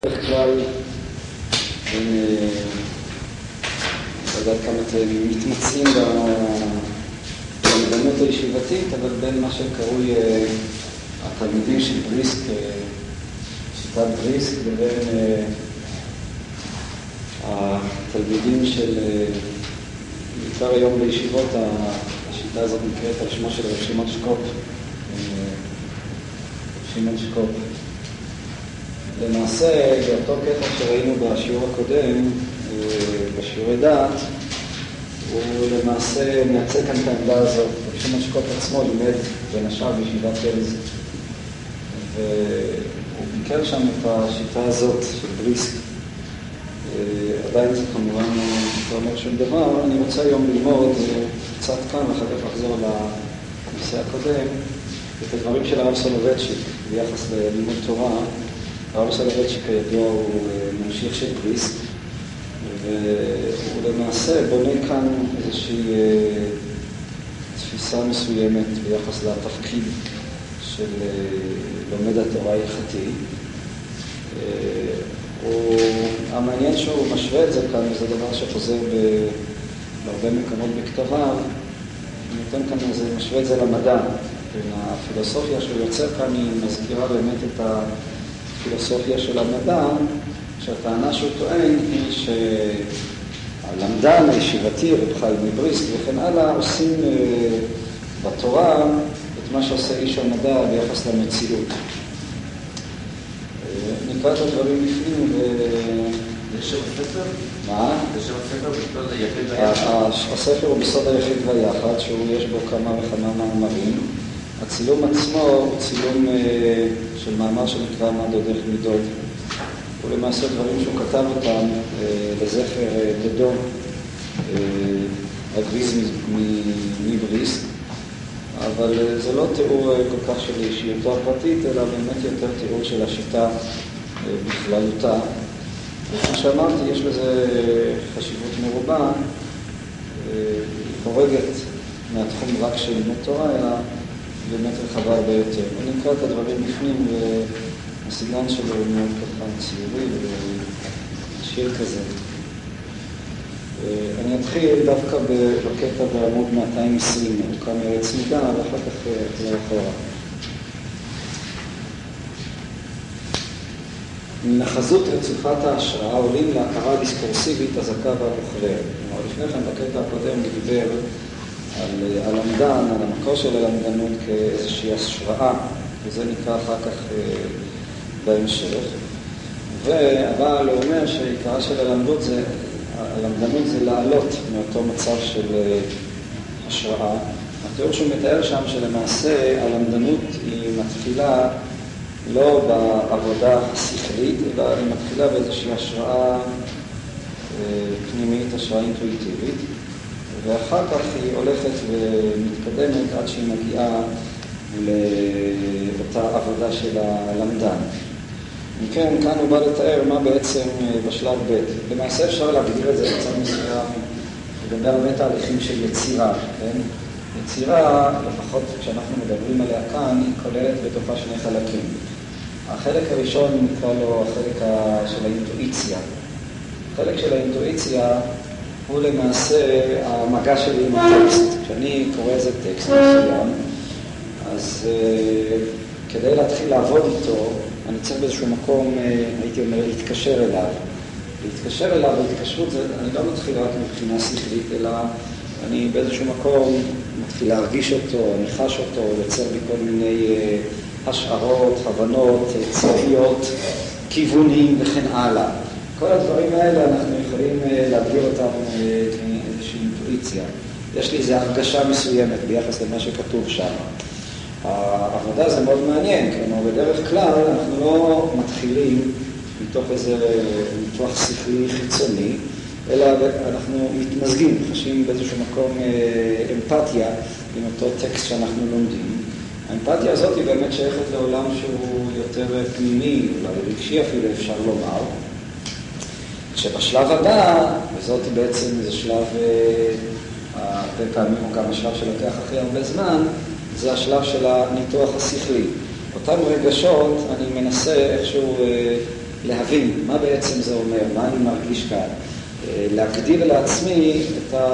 בדרך כלל, אני לא יודעת כמה אתם מתמצאים במדענות הישיבתית, אבל בין מה שקרוי התלמידים של בריסק, שיטת בריסק, לבין התלמידים של, בעיקר היום בישיבות, השיטה הזאת נקראת על שמו של רב שמעון שקופ. שמעון שקופ. למעשה, באותו קטע שראינו בשיעור הקודם, בשיעורי דעת, הוא למעשה מייצג כאן את העמדה הזאת. שמעון שקופ עצמו לימד בין השאר בישיבת פלז, והוא ביקר שם את השיטה הזאת של בריסק. עדיין זה כמובן לא אומר שום דבר. אני רוצה היום ללמוד קצת כאן ואחר כך לחזור לנושא הקודם, את הדברים של הרב סולובייצ'יק ביחס ללימוד תורה. הרב סולובייצ'יק כידוע הוא ממשיך של בריסק, והוא למעשה בונה כאן איזושהי תפיסה מסוימת ביחס לתפקיד של לומד התורה ההלכתי. המעניין שהוא משווה את זה כאן, וזה דבר שחוזר בהרבה מקומות בכתביו, נותן כאן איזה, משווה את זה למדע. הפילוסופיה שהוא יוצר כאן היא מזכירה באמת את הפילוסופיה של המדע, שהטענה שהוא טוען היא שהלמדן הישיבתי, רב חיים מבריסק וכן הלאה, עושים בתורה את מה שעושה איש המדע ביחס למציאות. נקרא את הדברים בפנים יש שם ספר? מה? יש שם ספר בסוד היחיד והיחד? הספר הוא בסוד היחיד והיחד, שיש בו כמה וכמה מאמרים. הצילום עצמו הוא צילום של מאמר שנקרא מה דודך מדוד. הוא למעשה דברים שהוא כתב אותם לזכר דודו, אגריז מבריסק, אבל זה לא תיאור כל כך של אישיותו הפרטית, אלא באמת יותר תיאור של השיטה בכללותה. וכמו שאמרתי, יש לזה חשיבות מרובה, היא חורגת מהתחום רק של לימוד תורה, אלא באמת רחבה הרבה יותר. אני נקרא את הדברים בפנים, והסגנון שלו הוא מאוד ככה ציורי ושיר כזה. אני אתחיל דווקא בקטע בעמוד 220, הוא כאן ארץ נידה, ואחר כך תהיה אחורה. מנחזות רצופת ההשראה עולים להכרה דיסקורסיבית הזכה והמוכררת. לפני כן בקטע הקודם דיבר על הלמדן, על המקור של הלמדנות כאיזושהי השראה, וזה נקרא אחר כך בהמשך. אבל הוא אומר שעיקרה של הלמדנות זה לעלות מאותו מצב של השראה. התיאור שהוא מתאר שם שלמעשה הלמדנות היא מתחילה לא בעבודה השכלית, אלא היא מתחילה באיזושהי השראה פנימית, השראה אינטואיטיבית, ואחר כך היא הולכת ומתקדמת עד שהיא מגיעה לאותה עבודה של הלמדן. מכן, כאן הוא בא לתאר מה בעצם בשלב ב'. למעשה אפשר להגדיר את זה בצד מסוים לגבי הרבה תהליכים של יצירה. כן? יצירה, לפחות כשאנחנו מדברים עליה כאן, היא כוללת בתוכה שני חלקים. החלק הראשון נקרא לו החלק של האינטואיציה. החלק של האינטואיציה הוא למעשה המגע שלי עם הטקסט. כשאני קורא איזה טקסט מסוים, אז כדי להתחיל לעבוד איתו, אני צריך באיזשהו מקום, הייתי אומר, להתקשר אליו. להתקשר אליו, בהתקשרות, אני לא מתחיל רק מבחינה שכלית, אלא אני באיזשהו מקום מתחיל להרגיש אותו, אני חש אותו, יוצר בי כל מיני השערות, הבנות, צבעיות, כיוונים וכן הלאה. כל הדברים האלה אנחנו יכולים להגדיר אותם כאיזושהי אינטואיציה. יש לי איזו הרגשה מסוימת ביחס למה שכתוב שם. העבודה זה מאוד מעניין, כלומר בדרך כלל אנחנו לא מתחילים מתוך איזה ניתוח שכלי חיצוני, אלא אנחנו מתמזגים, חשים באיזשהו מקום אמפתיה עם אותו טקסט שאנחנו לומדים. האמפתיה הזאת היא באמת שייכת לעולם שהוא יותר פנימי, אולי רגשי אפילו אפשר לומר. שבשלב הבא, וזאת בעצם איזה שלב, הרבה פעמים הוא גם השלב שלוקח הכי הרבה זמן, זה השלב של הניתוח השכלי. אותם רגשות אני מנסה איכשהו להבין מה בעצם זה אומר, מה אני מרגיש כאן, להגדיר לעצמי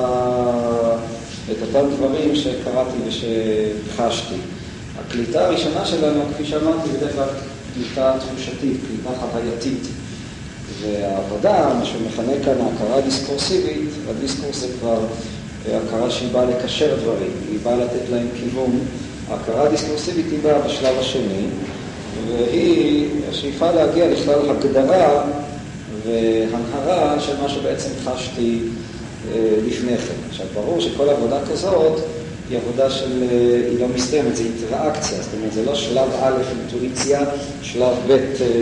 את אותם דברים שקראתי ושחשתי. הקליטה הראשונה שלנו, כפי שאמרתי, בדרך כלל קליטה תחושתית, קליטה חווייתית. והעבודה, מה שהוא מכנה כאן, ההכרה הדיסקורסיבית, הדיסקורס זה כבר הכרה שהיא באה לקשר דברים, היא באה לתת להם כיוון. ההכרה הדיסקורסיבית היא באה בשלב השני, והיא השאיפה להגיע לכלל הגדרה והנהרה של מה שבעצם חשתי לפני כן. עכשיו, ברור שכל עבודה כזאת היא עבודה היא לא מסתיימת, זה אינטראקציה, זאת אומרת, זה לא שלב א' אינטואיציה, שלב ב'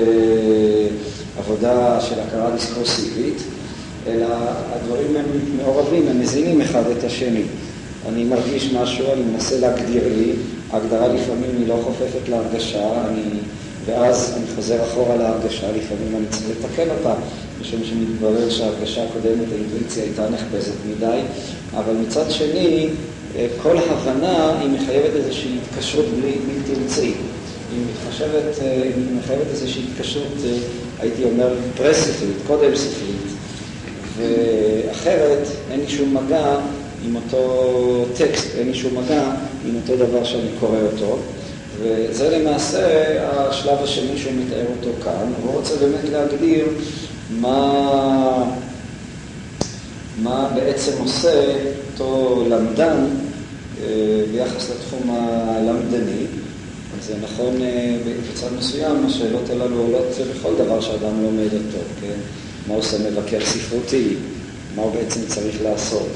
עבודה של הכרה דיסקורסיבית, אלא הדברים הם מעורבים, הם מזינים אחד את השני. אני מרגיש משהו, אני מנסה להגדיר לי, ההגדרה לפעמים היא לא חופפת להרגשה, ואז אני חוזר אחורה להרגשה, לפעמים אני צריך לתקן אותה, משום שמתברר שההרגשה הקודמת, האינטואיציה הייתה נחפזת מדי, אבל מצד שני, כל הבנה היא מחייבת איזושהי התקשרות בלתי אמצעית. היא מחייבת איזושהי התקשרות, הייתי אומר, פרסיפית, קודם סופית, ואחרת אין לי שום מגע עם אותו טקסט, אין לי שום מגע עם אותו דבר שאני קורא אותו, וזה למעשה השלב השני שהוא מתאר אותו כאן. הוא רוצה באמת להגדיר מה בעצם עושה אותו למדן ביחס לתחום הלמדני. זה נכון בצד מסוים, השאלות הללו עולות בכל דבר שאדם לומד אותו, כן? מה עושה מבקר ספרותי, מה הוא בעצם צריך לעשות.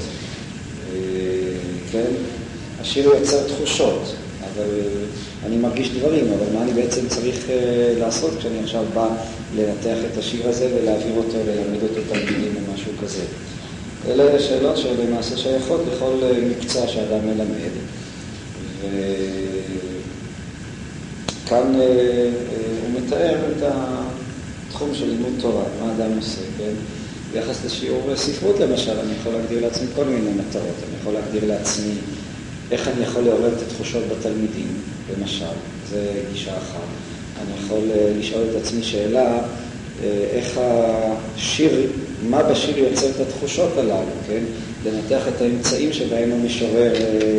כן? השיר יוצר תחושות, אבל אני מרגיש דברים, אבל מה אני בעצם צריך לעשות כשאני עכשיו בא לנתח את השיר הזה ולהעביר אותו, ללמד אותו תלמידים או משהו כזה. אלה שאלות שלמעשה שייכות לכל מקצוע שאדם מלמד. וכאן הוא מתאר את התחום של לימוד תורה, מה אדם עושה, כן? ביחס לשיעור ספרות למשל, אני יכול להגדיר לעצמי כל מיני מטרות. אני יכול להגדיר לעצמי איך אני יכול לעורר את התחושות בתלמידים, למשל. זה גישה אחת. אני יכול לשאול את עצמי שאלה, איך השיר, מה בשיר יוצר את התחושות הללו, כן? לנתח את האמצעים שבהם המשורר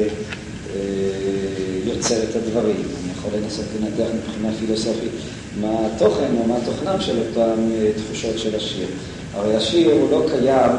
יוצר את הדברים. אני יכול לנסות לנתח מבחינה פילוסופית מה התוכן או מה התוכנם של אותן תחושות של השיר. הרי השיר הוא לא קיים,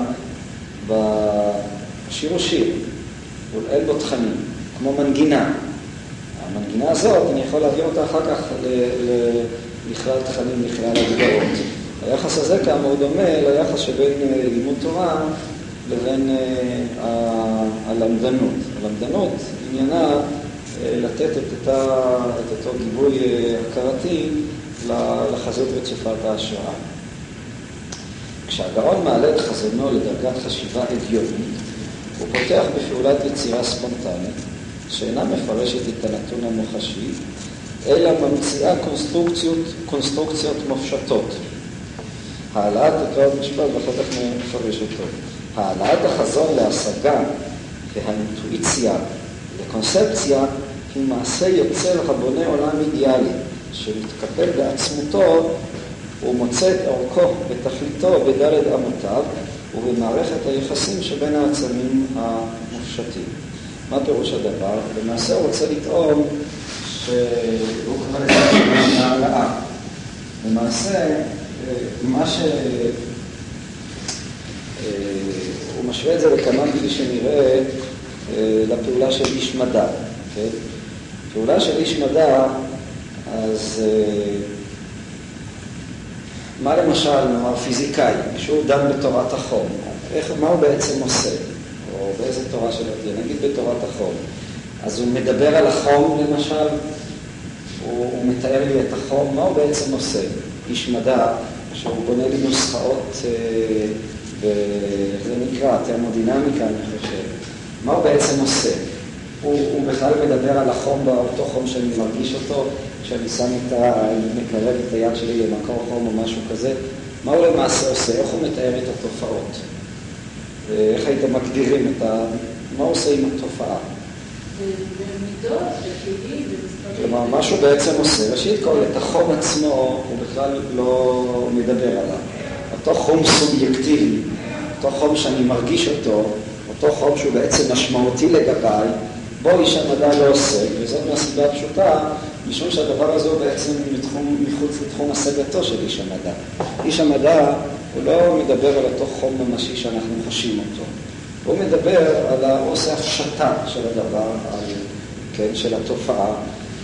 השיר הוא שיר, אין בו תכנים, כמו מנגינה. המנגינה הזאת, אני יכול להעביר אותה אחר כך לכלל תכנים, לכלל הגדרות. היחס הזה כאמור דומה ליחס שבין לימוד תורה לבין הלמדנות. הלמדנות עניינה לתת את אותו גיבוי הכרתי לחזות רצופת ההשראה. כשהגאון מעלה את חזונו לדרגת חשיבה הגיונית, הוא פותח בפעולת יצירה ספונטנית, שאינה מפרשת את הנתון המוחשי, אלא ממציאה קונסטרוקציות מופשטות. העלאת הקראת משפט ואחר כך מפרש אותו. העלאת החזון להשגה והאינטואיציה לקונספציה היא מעשה יוצר הבונה עולם אידיאלי, שמתקפל בעצמותו ומוצא את אורכו בתכליתו בדלת אמותיו ובמערכת היחסים שבין העצמים המופשטים. מה פירוש הדבר? למעשה הוא רוצה לטעון שהוא כבר לזה העלאה. למעשה, מה הוא משווה את זה לכמה כפי שנראה לפעולה של איש מדע. כן? פעולה של איש מדע, אז מה למשל, נאמר פיזיקאי, כשהוא דן בתורת החום, מה הוא בעצם עושה? או באיזה תורה שלא תהיה, נגיד בתורת החום. אז הוא מדבר על החום למשל, הוא מתאר לי את החום, מה הוא בעצם עושה? איש מדע, שהוא בונה לי נוסחאות, וזה נקרא, תרמודינמיקה אני חושב. מה הוא בעצם עושה? הוא בכלל מדבר על החום באותו חום שאני מרגיש אותו, כשאני מקרב את היד שלי למקור חום או משהו כזה. מה הוא למעשה עושה? איך הוא מתאר את התופעות? איך הייתם מגדירים מה הוא עושה עם התופעה? במידות, בכלים, במספרים. כלומר, מה שהוא בעצם עושה, ראשית כל, את החום עצמו, הוא בכלל לא מדבר עליו. אותו חום סובייקטיבי, אותו חום שאני מרגיש אותו חום שהוא בעצם משמעותי לגביי, בו איש המדע לא עוסק, וזאת מהסיבה הפשוטה, משום שהדבר הזה הוא בעצם מחוץ לתחום השגתו של איש המדע. איש המדע הוא לא מדבר על אותו חום ממשי שאנחנו חשים אותו. הוא מדבר על העושה הפשטה של הדבר, כן, של התופעה,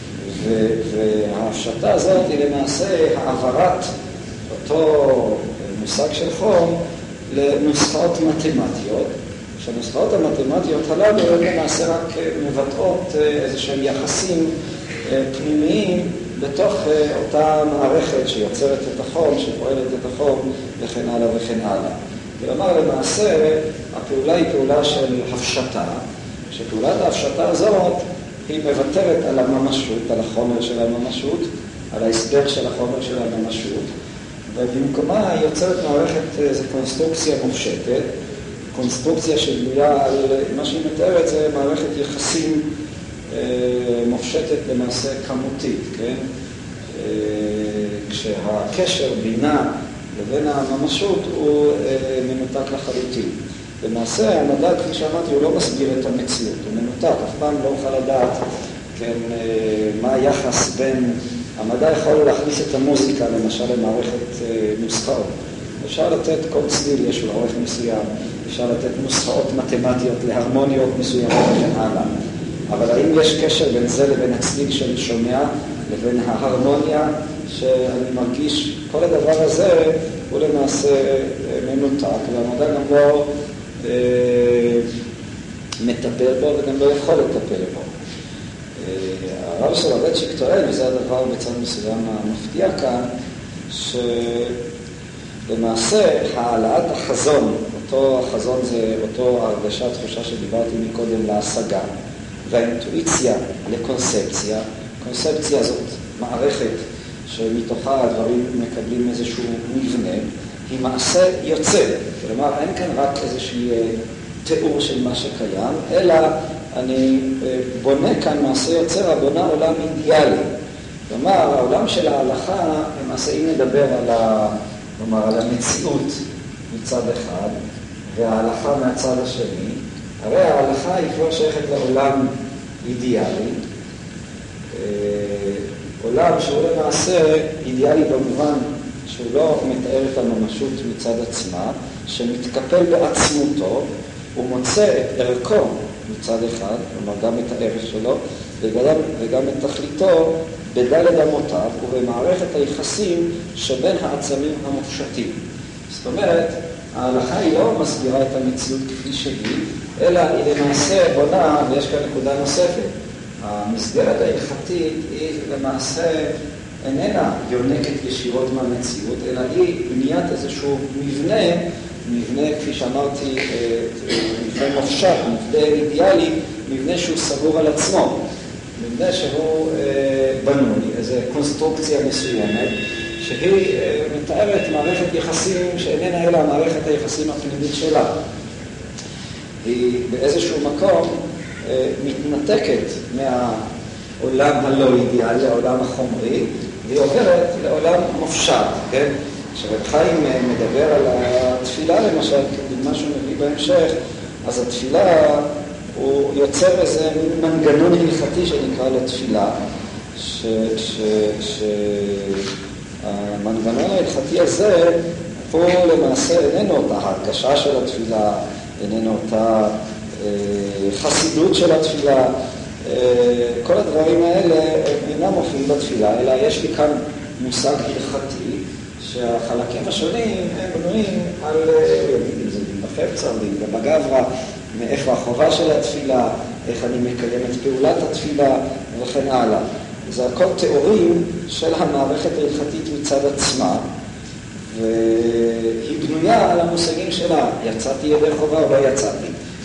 וההפשטה הזאת היא למעשה העברת אותו מושג של חום לנוסחאות מתמטיות, שהנוסחאות המתמטיות הללו הן למעשה רק מבטאות איזשהם יחסים פנימיים בתוך אותה מערכת שיוצרת את החום, שפועלת את החום וכן הלאה וכן הלאה. כלומר, למעשה, הפעולה היא פעולה של הפשטה, שפעולת ההפשטה הזאת היא מוותרת על הממשות, על החומר של הממשות, על ההסבר של החומר של הממשות, ובמקומה היא יוצרת מערכת, זו קונסטרוקציה מופשטת, קונסטרוקציה שבנויה על מה שהיא מתארת, זה מערכת יחסים מופשטת למעשה כמותית, כן? כשהקשר בינה לבין הממשות הוא מנותק לחלוטין. למעשה, המדע, כפי שאמרתי, הוא לא מסביר את המציאות, הוא מנותק, אף פעם לא אוכל לדעת, כן, מה היחס בין, המדע יכול להכניס את המוזיקה, למשל, למערכת נוסחאות. אפשר לתת כל צליל, יש לו אורך מסוים, אפשר לתת נוסחאות מתמטיות להרמוניות מסוימות וכן הלאה. אבל האם יש קשר בין זה לבין הצליל שאני שומע, לבין ההרמוניה שאני מרגיש, כל הדבר הזה הוא למעשה מנותק, והמדע גם לא מטפל בו וגם לא יכול לטפל בו. הרב סולובייצ'יק טוען, וזה הדבר בצד מסוים המפתיע כאן, שלמעשה העלאת החזון, אותו החזון זה אותו הרגשה, תחושה שדיברתי מקודם להשגה, והאינטואיציה לקונספציה, קונספציה זאת מערכת שמתוכה הדברים מקבלים איזשהו מבנה, היא מעשה יוצא, כלומר אין כאן רק איזושהי תיאור של מה שקיים, אלא אני בונה כאן מעשה יוצר, בונה עולם אידיאלי. כלומר, העולם של ההלכה, למעשה אם נדבר על המציאות מצד אחד, וההלכה מהצד השני, הרי ההלכה היא כבר שייכת לעולם אידיאלי, עולם שהוא למעשה אידיאלי במובן שהוא לא מתאר את הממשות מצד עצמה, שמתקפל בעצמותו, הוא מוצא את ערכו מצד אחד, כלומר גם את הערך שלו, וגם את תכליתו בדלת אמותיו ובמערכת היחסים שבין העצמים המופשטים. זאת אומרת, ההלכה היא לא מסבירה את המציאות כפי שהיא, אלא היא למעשה בונה, ויש כאן נקודה נוספת, המסגרת ההלכתית היא למעשה איננה יונקת ישירות מהמציאות, אלא היא בניית איזשהו מבנה, כפי שאמרתי, מבנה מופשט, מבנה אידיאלי, מבנה שהוא סגור על עצמו, מבנה שהוא בנוי, איזו קונסטרוקציה מסוימת, שהיא מתארת מערכת יחסים שאיננה אלא מערכת היחסים הפנימית שלה. היא באיזשהו מקום מתנתקת מהעולם הלא אידיאלי, העולם החומרי, והיא עוברת לעולם מופשט, כן? כשרב חיים מדבר על התפילה למשל, כדוגמה שהוא מביא בהמשך, אז התפילה הוא יוצר איזה מנגנון הלכתי שנקרא לתפילה, שהמנגנון ההלכתי הזה פה למעשה איננו אותה הרגשה של התפילה, איננו אותה חסידות של התפילה, כל הדברים האלה אינם מופיעים בתפילה, אלא יש לי כאן מושג הלכתי, שהחלקים השונים הם בנויים על, אם זה בחפצר, בגברא, מאיפה החובה של התפילה, איך אני מקיים את פעולת התפילה וכן הלאה. זה הכל תיאורים של המערכת ההלכתית מצד עצמה, והיא בנויה על המושגים שלה, יצאתי ידי חובה או לא יצאתי.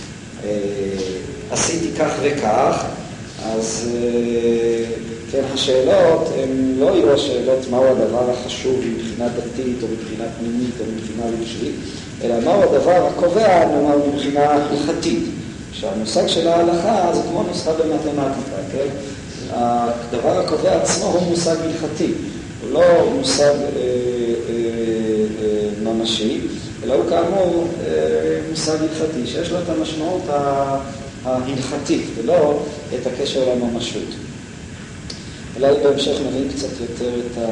עשיתי כך וכך, אז כן, השאלות הן לא יהיו השאלות מהו הדבר החשוב מבחינה דתית או מבחינה פנימית או מבחינה רגשית, אלא מהו הדבר הקובע, נאמר, מבחינה הלכתית. שהמושג של ההלכה זה כמו נוסחה במתמטיקה, כן? הדבר הקובע עצמו הוא מושג הלכתי, הוא לא מושג ממשי, אלא הוא כאמור מושג הלכתי שיש לו את המשמעות ההלכתית ולא את הקשר לממשות. אולי בהמשך נבין קצת יותר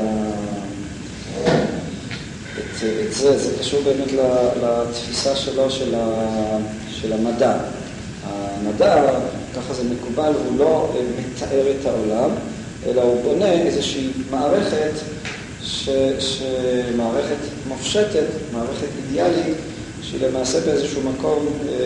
את זה. זה קשור באמת לתפיסה שלו של המדע. המדע, ככה זה מקובל, הוא לא מתאר את העולם, אלא הוא בונה איזושהי מערכת מערכת מופשטת, מערכת אידיאלית, שהיא למעשה באיזשהו מקום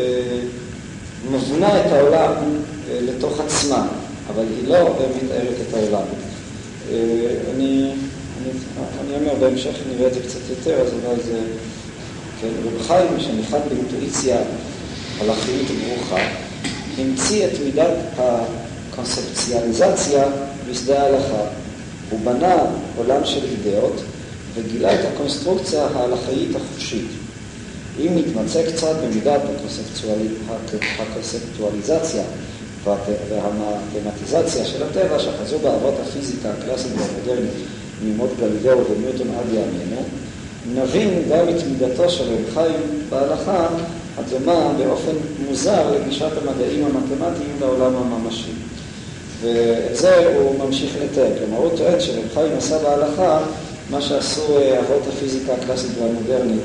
מבנה את העולם לתוך עצמה, אבל היא לא מתארת את העולם. אני אומר, בהמשך נראה את זה קצת יותר, אז אולי זה... כן, רב חיים, שניחן באינטואיציה הלכתית ברוכה, המציא את מידת הקונספציאליזציה בשדה ההלכה. הוא בנה עולם של אידאות וגילה את הקונסטרוקציה ההלכאית החושית. אם נתמצא קצת במידת הקונספטואליזציה והמתמטיזציה של הטבע שחזו באבות הפיזיקה הקלאסית והמודרנית ממות גלילאו וניוטון עד ימינו, נבין גם את מידתו של רב חיים בהלכה הדומה באופן מוזר לגישת המדעים המתמטיים לעולם הממשי. ואת זה הוא ממשיך לתאר. כלומר, הוא טוען שרב חיים עשה בהלכה מה שעשו אבות הפיזיקה הקלאסית והמודרנית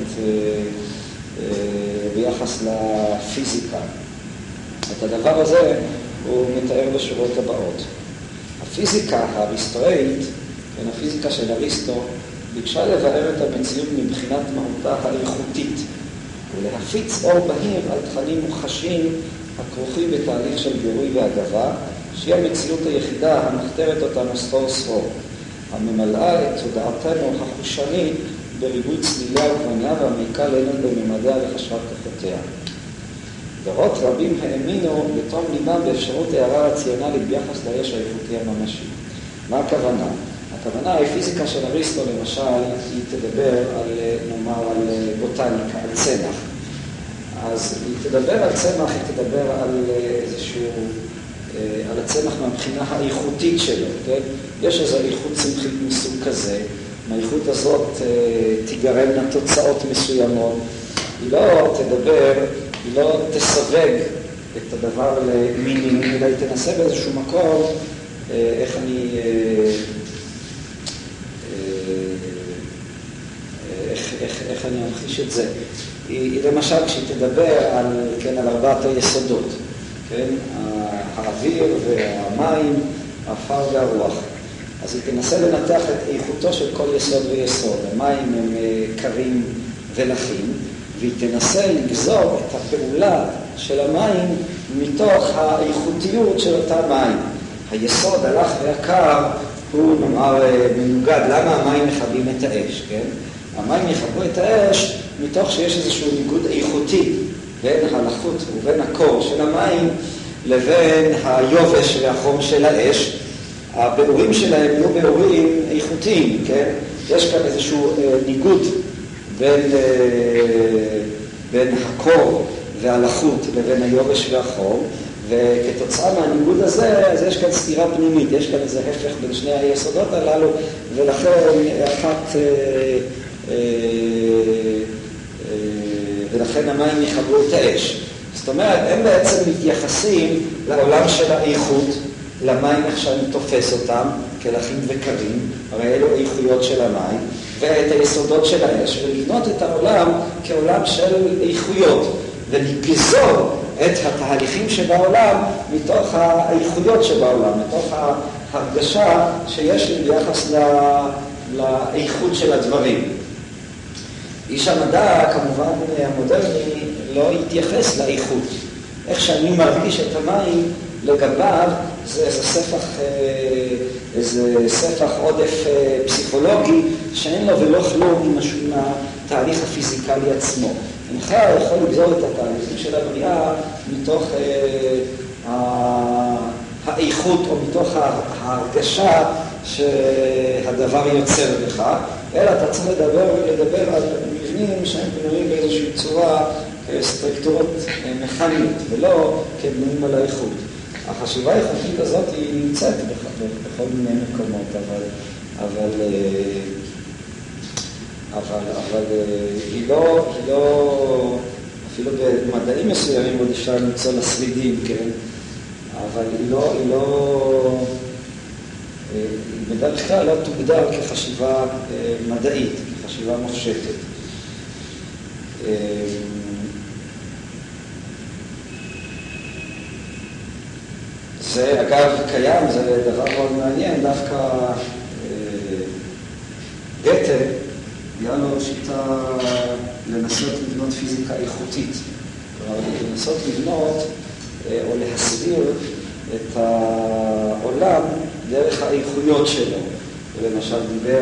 ביחס לפיזיקה. את הדבר הזה הוא מתאר בשורות הבאות. הפיזיקה האריסטואית, הפיזיקה של אריסטו, ביקשה לבאר את המציאות מבחינת מהותה האיכותית, ולהפיץ אור בהיר על תכנים מוחשיים הכרוכים בתהליך של גירוי והגבה, שהיא המציאות היחידה המכתרת אותנו סחור סחור, הממלאה את תודעתנו החושנית בריבוי צליליה וגווניה והמעיקה לנו בממדיה וחשבת כוחותיה. דורות רבים האמינו בתום ליבם באפשרות הערה רציונלית ביחס ליש האיכותי הממשי. מה הכוונה? הכוונה היא פיזיקה של אריסטו, למשל, היא תדבר על, נאמר, על בוטניקה, על צמח. אז היא תדבר על צמח, היא תדבר על איזשהו, על הצמח מהבחינה האיכותית שלו, כן? יש איזו איכות צמחית מסוג כזה, מהאיכות הזאת תיגרמנה תוצאות מסוימות, היא לא תדבר, היא לא תסווג את הדבר למינים, אלא היא תנסה באיזשהו מקום, איך אני אמחיש את זה. היא למשל, כשהיא תדבר על, כן, על ארבעת היסודות, כן? האוויר והמים, האפר והרוח. אז היא תנסה לנתח את איכותו של כל יסוד ויסוד. המים הם קרים ולחים, והיא תנסה לגזור את הפעולה של המים מתוך האיכותיות של אותה מים. היסוד, הלח והקר, הוא נאמר מנוגד. למה המים מכבים את האש, כן? המים יכבו את האש מתוך שיש איזשהו ניגוד איכותי בין הלחות ובין הקור של המים לבין היובש והחום של האש. הבאורים שלהם יהיו באורים איכותיים, כן? יש כאן איזשהו ניגוד בין הקור והלחות לבין היובש והחום, וכתוצאה מהניגוד הזה, אז יש כאן סתירה פנימית, יש כאן איזה הפך בין שני היסודות הללו, ולכן ולכן המים יכבו את האש. זאת אומרת, הם בעצם מתייחסים לעולם של האיכות, למים איך שאני תופס אותם, כלחים וקרים, הרי אלו האיכויות של המים, ואת היסודות של האש, ולבנות את העולם כעולם של איכויות, ולגזור את התהליכים שבעולם מתוך האיכויות שבעולם, מתוך ההרגשה שיש לי ביחס לאיכות של הדברים. איש המדע, כמובן המודרני, לא יתייחס לאיכות. איך שאני מרגיש את המים לגביו, זה איזה ספח עודף פסיכולוגי, שאין לו ולא כלום עם התהליך הפיזיקלי עצמו. אינך יכול לגזור את התהליכים של הבריאה מתוך האיכות או מתוך ההרגשה שהדבר יוצר לך, אלא אתה צריך לדבר על מבנים שהם בנויים באיזושהי צורה, כסטרקטורות מכניות, ולא כבנויים על האיכות. החשיבה האיכותית הזאת היא נמצאת בכל מיני מקומות, אבל היא לא, אפילו במדעים מסוימים עוד אפשר למצוא לשרידים, כן? אבל היא בדרך כלל לא תוגדר כחשיבה מדעית, כחשיבה מופשטת. זה אגב קיים, זה דבר מאוד מעניין, דווקא גתה, היה לו שיטה לנסות לבנות פיזיקה איכותית. כלומר, לנסות לבנות או להסביר את העולם דרך האיכויות שלו. ולמשל,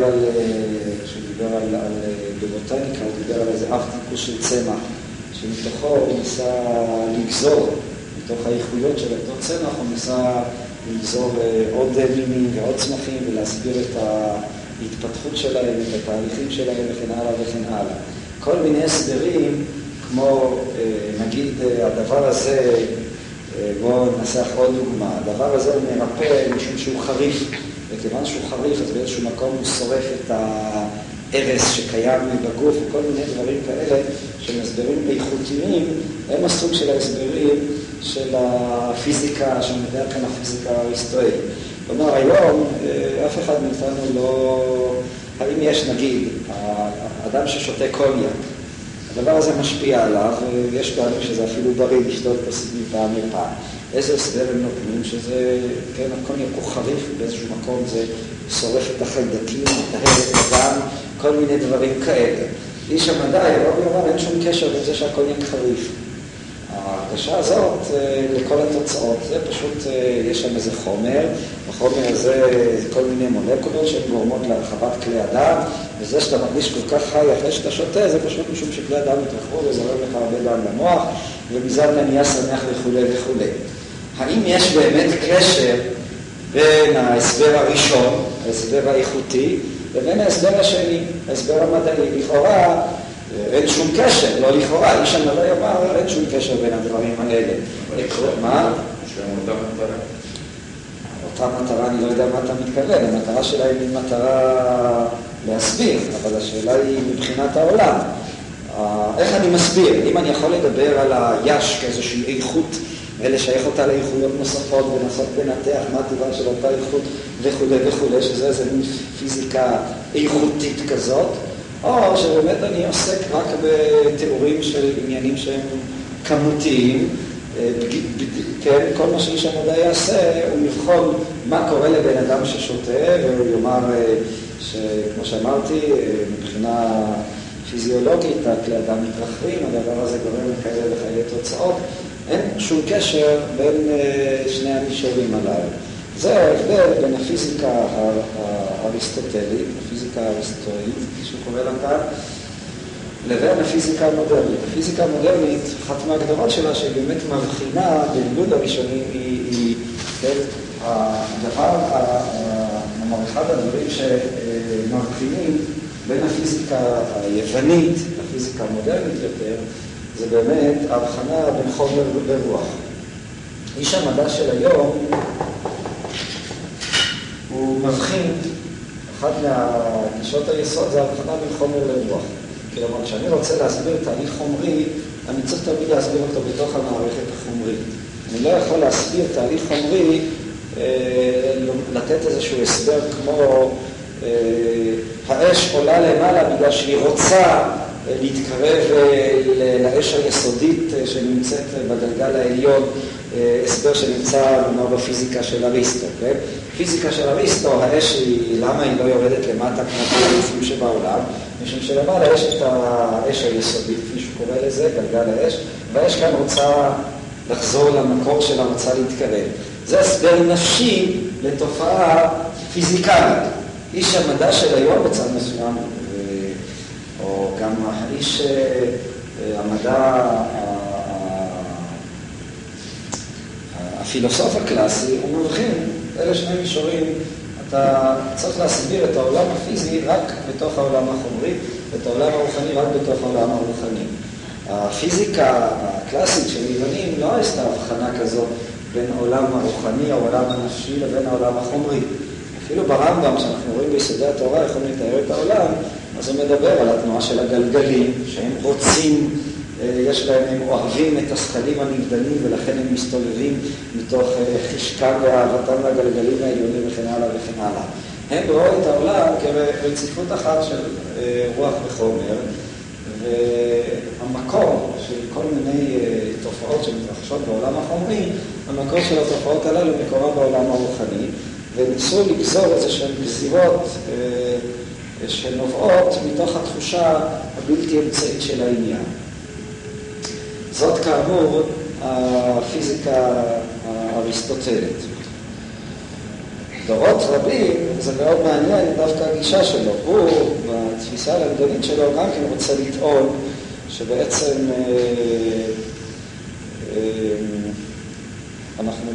כשדיבר על בבוטניקה, הוא דיבר על איזה אב טיפוס של צמח, שמתוכו הוא ניסה לגזור, מתוך האיכויות של אותו צמח, הוא ניסה לגזור עוד מינים ועוד צמחים ולהסביר את ההתפתחות שלהם, את התהליכים שלהם וכן הלאה וכן הלאה. כל מיני הסברים, כמו נגיד הדבר הזה, בואו ננסח עוד דוגמה, הדבר הזה הוא מרפא משום שהוא חריף, וכיוון שהוא חריף אז באיזשהו מקום הוא שורף את הערס שקיים בגוף וכל מיני דברים כאלה שהם הסברים איכותיים, הם הסוג של ההסברים של הפיזיקה, שמדבר כאן הפיזיקה האריסטואלית. כלומר, היום אף אחד מאיתנו לא... האם יש, נגיד, האדם ששותה קוניאק, הדבר הזה משפיע עליו, ויש טעמים שזה אפילו בריא לשתות כוסית מפעם לפעם. איזה הסבר הם נותנים שזה, כן, הקוניאק הוא חריף, באיזשהו מקום זה שורף את החיידקים, מטהר את הדם, כל מיני דברים כאלה. איש המדע יאמר, אין שום קשר בין זה שהקוניאק חריף. ההרגשה הזאת, לכל התוצאות, זה פשוט, יש שם איזה חומר, החומר הזה כל מיני מולקולות שהן גורמות להרחבת כלי הדם, וזה שאתה מרגיש כל כך חי אחרי שאתה שותה, זה פשוט משום שכלי הדם מתרחבו וזורם לך הרבה דם למוח, ומזה אתה נהיה שמח וכו' וכו'. האם יש באמת קשר בין ההסבר הראשון, ההסבר האיכותי, לבין ההסבר השני, ההסבר המדעי? לכאורה, אין שום קשר, לא לכאורה, איש המדע יאמר, אין שום קשר בין הדברים האלה. מה? אותה מטרה. אותה מטרה, אני לא יודע מה אתה מתכוון, המטרה שלהם היא מטרה להסביר, אבל השאלה היא מבחינת העולם. איך אני מסביר? אם אני יכול לדבר על היש כאיזושהי איכות, ולשייך אותה לאיכויות נוספות, ולנסות לנתח מה טבעה של אותה איכות וכו' וכו', שזה איזה מין פיזיקה איכותית כזאת, או שבאמת אני עוסק רק בתיאורים של עניינים שהם כמותיים, כן, כל מה שאיש המדע יעשה הוא לבחון מה קורה לבן אדם ששותה, והוא יאמר שכמו שאמרתי, מבחינה פיזיולוגית, הכלי הדם מתרחבים, הדבר הזה גורם לכאלה וכאלה תוצאות, אין שום קשר בין שני המישורים הללו. זה ההבדל בין הפיזיקה האריסטוטלית, הפיזיקה האריסטואית, כפי שהוא קורא לה כאן, לבין הפיזיקה המודרנית. הפיזיקה המודרנית, אחת מההגדרות שלה, שהיא באמת מבחינה בלימוד הראשונים, היא הדבר, אחד הדברים שמבחינים בין הפיזיקה היוונית, הפיזיקה המודרנית יותר, זה באמת ההבחנה בין חומר ורוח. איש המדע של היום, הוא מבחין, אחת מהגישות היסוד זה ההבחנה בין חומר לרוח. כלומר, כשאני רוצה להסביר תהליך חומרי, אני צריך תמיד להסביר אותו בתוך המערכת החומרית. אני לא יכול להסביר תהליך חומרי, לתת איזשהו הסבר כמו האש עולה למעלה בגלל שהיא רוצה להתקרב לאש היסודית שנמצאת בגלגל העליון, הסבר שנמצא בפיזיקה של אריסטו. כן? פיזיקה של אריסטו, האש היא, למה היא לא יורדת למטה כמו תהליכים שבעולם? משום שלמעלה יש את האש היסודית, כפי שהוא קורא לזה, גלגל האש, והאש כאן רוצה לחזור למקור שלה, רוצה להתקרב. זה הסבר נפשי לתופעה פיזיקלית. איש המדע של היום בצד מסוים, או גם האיש המדע, הפילוסוף הקלאסי, הוא מבחין, אלה שני מישורים, אתה צריך להסביר את העולם הפיזי רק בתוך העולם החומרי, ואת העולם הרוחני רק בתוך העולם הרוחני. הפיזיקה הקלאסית של היוונים לא עשתה הבחנה כזאת בין העולם הרוחני, העולם הנפשי, לבין העולם החומרי. אפילו ברמב"ם, שאנחנו רואים ביסודי התורה, יכולים לתאר את העולם, אז הוא מדבר על התנועה של הגלגלים, שהם רוצים, יש להם, הם אוהבים את השכלים הנבדלים, ולכן הם מסתובבים מתוך חשקם ואהבתם לגלגלים העליונים וכן הלאה וכן הלאה. הם רואים את העולם כרציפות אחת של רוח וחומר, והמקור של כל מיני תופעות שמתרחשות בעולם החומרי, המקור של התופעות הללו מקורה בעולם הרוחני, וניסו לגזור איזשהן גזירות שנובעות מתוך התחושה הבלתי אמצעית של העניין. זאת כאמור הפיזיקה האריסטוטלית. דורות רבים, זה מאוד מעניין דווקא הגישה שלו. הוא, בתפיסה הלמדנית שלו, גם כן רוצה לטעון שבעצם אנחנו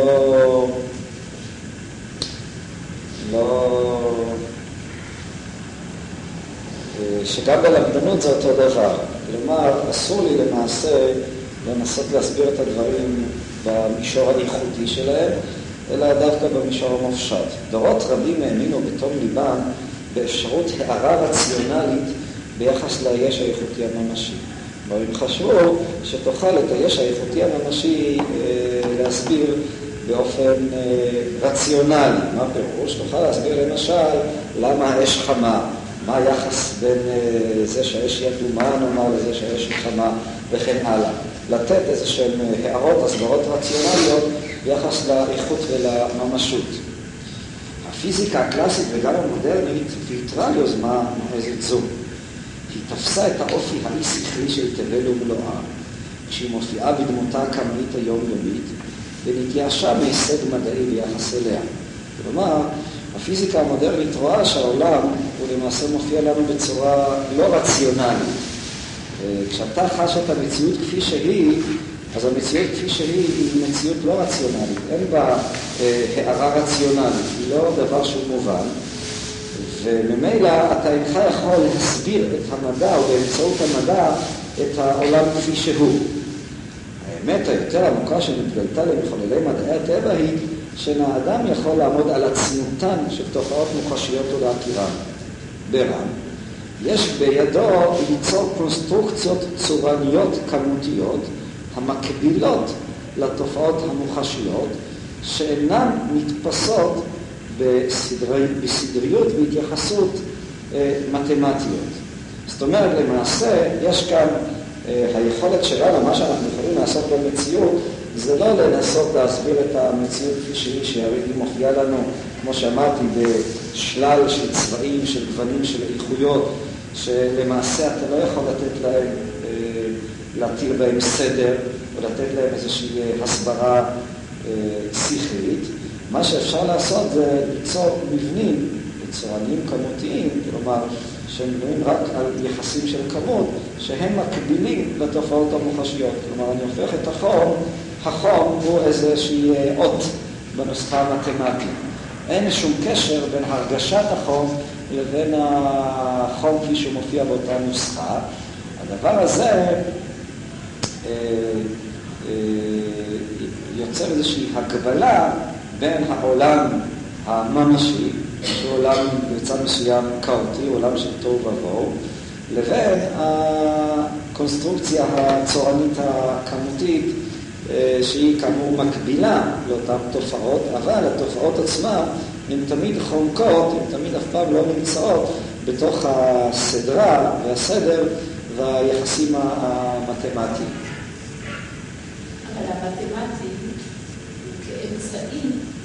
שגם בלמדנות זה אותו דבר. כלומר, אסור לי למעשה לנסות להסביר את הדברים במישור הייחודי שלהם, אלא דווקא במישור המופשט. דורות רבים האמינו בתום ליבם באפשרות הערה רציונלית ביחס ליש האיכותי הממשי. הם חשבו שתוכל את היש האיכותי הממשי להסביר באופן רציונלי. מה פירוש? תוכל להסביר למשל למה האש חמה, מה היחס בין זה שהאש היא אדומה, נאמר, לזה שהאש היא חמה וכן הלאה. לתת איזשהם הערות, הסברות רציונליות ביחס לאיכות ולממשות. הפיזיקה הקלאסית וגם המודרנית ויתרה על יוזמה נועזת זו. היא תפסה את האופי האי-שכלי של תבל ומלואה, כשהיא מופיעה בדמותה הקמאית היומיומית, ונתייאשה מהישג מדעי ביחס אליה. כלומר, הפיזיקה המודרנית רואה שהעולם הוא למעשה מופיע לנו בצורה לא רציונלית. כשאתה חש את המציאות כפי שהיא, אז המציאות כפי שהיא היא מציאות לא רציונלית. אין בה הערה רציונלית, היא לא דבר שהוא מובן. וממילא אתה אינך יכול להסביר את המדע או באמצעות המדע את העולם כפי שהוא. האמת היותר עמוקה שנתגלתה למחוללי מדעי הטבע היא שהאדם יכול לעמוד על עצמותן של תופעות מוחשיות ולהכירן. ברם, יש בידו ליצור קונסטרוקציות צורניות כמותיות המקבילות לתופעות המוחשיות שאינן מתפסות בסדריות והתייחסות מתמטיות. זאת אומרת, למעשה, יש כאן היכולת שלנו, מה שאנחנו יכולים לעשות במציאות, זה לא לנסות להסביר את המציאות כפי שהרי היא מופיעה לנו, כמו שאמרתי, בשלל של צבעים, של גוונים, של איכויות, שלמעשה אתה לא יכול לתת להם, להתיר בהם סדר, או לתת להם איזושהי הסברה שכלית. מה שאפשר לעשות זה ליצור מבנים צורניים כמותיים, כלומר, שהם בנויים רק על יחסים של כמות, שהם מקבילים לתופעות המוחשיות. כלומר, אני הופך את החום הוא איזושהי אות בנוסחה המתמטית. אין שום קשר בין הרגשת החום לבין החום כפי שהוא מופיע באותה נוסחה. הדבר הזה יוצר איזושהי הגבלה בין העולם הממשי, שהוא עולם בצד מסוים כאוטי, עולם של תוהו ובוהו, לבין הקונסטרוקציה הצורנית הכמותית, שהיא כאמור מקבילה לאותן תופעות, אבל התופעות עצמן הן תמיד חומקות, הן תמיד אף פעם לא נמצאות בתוך הסדרה והסדר והיחסים המתמטיים. אבל המתמטי הוא כאמצעי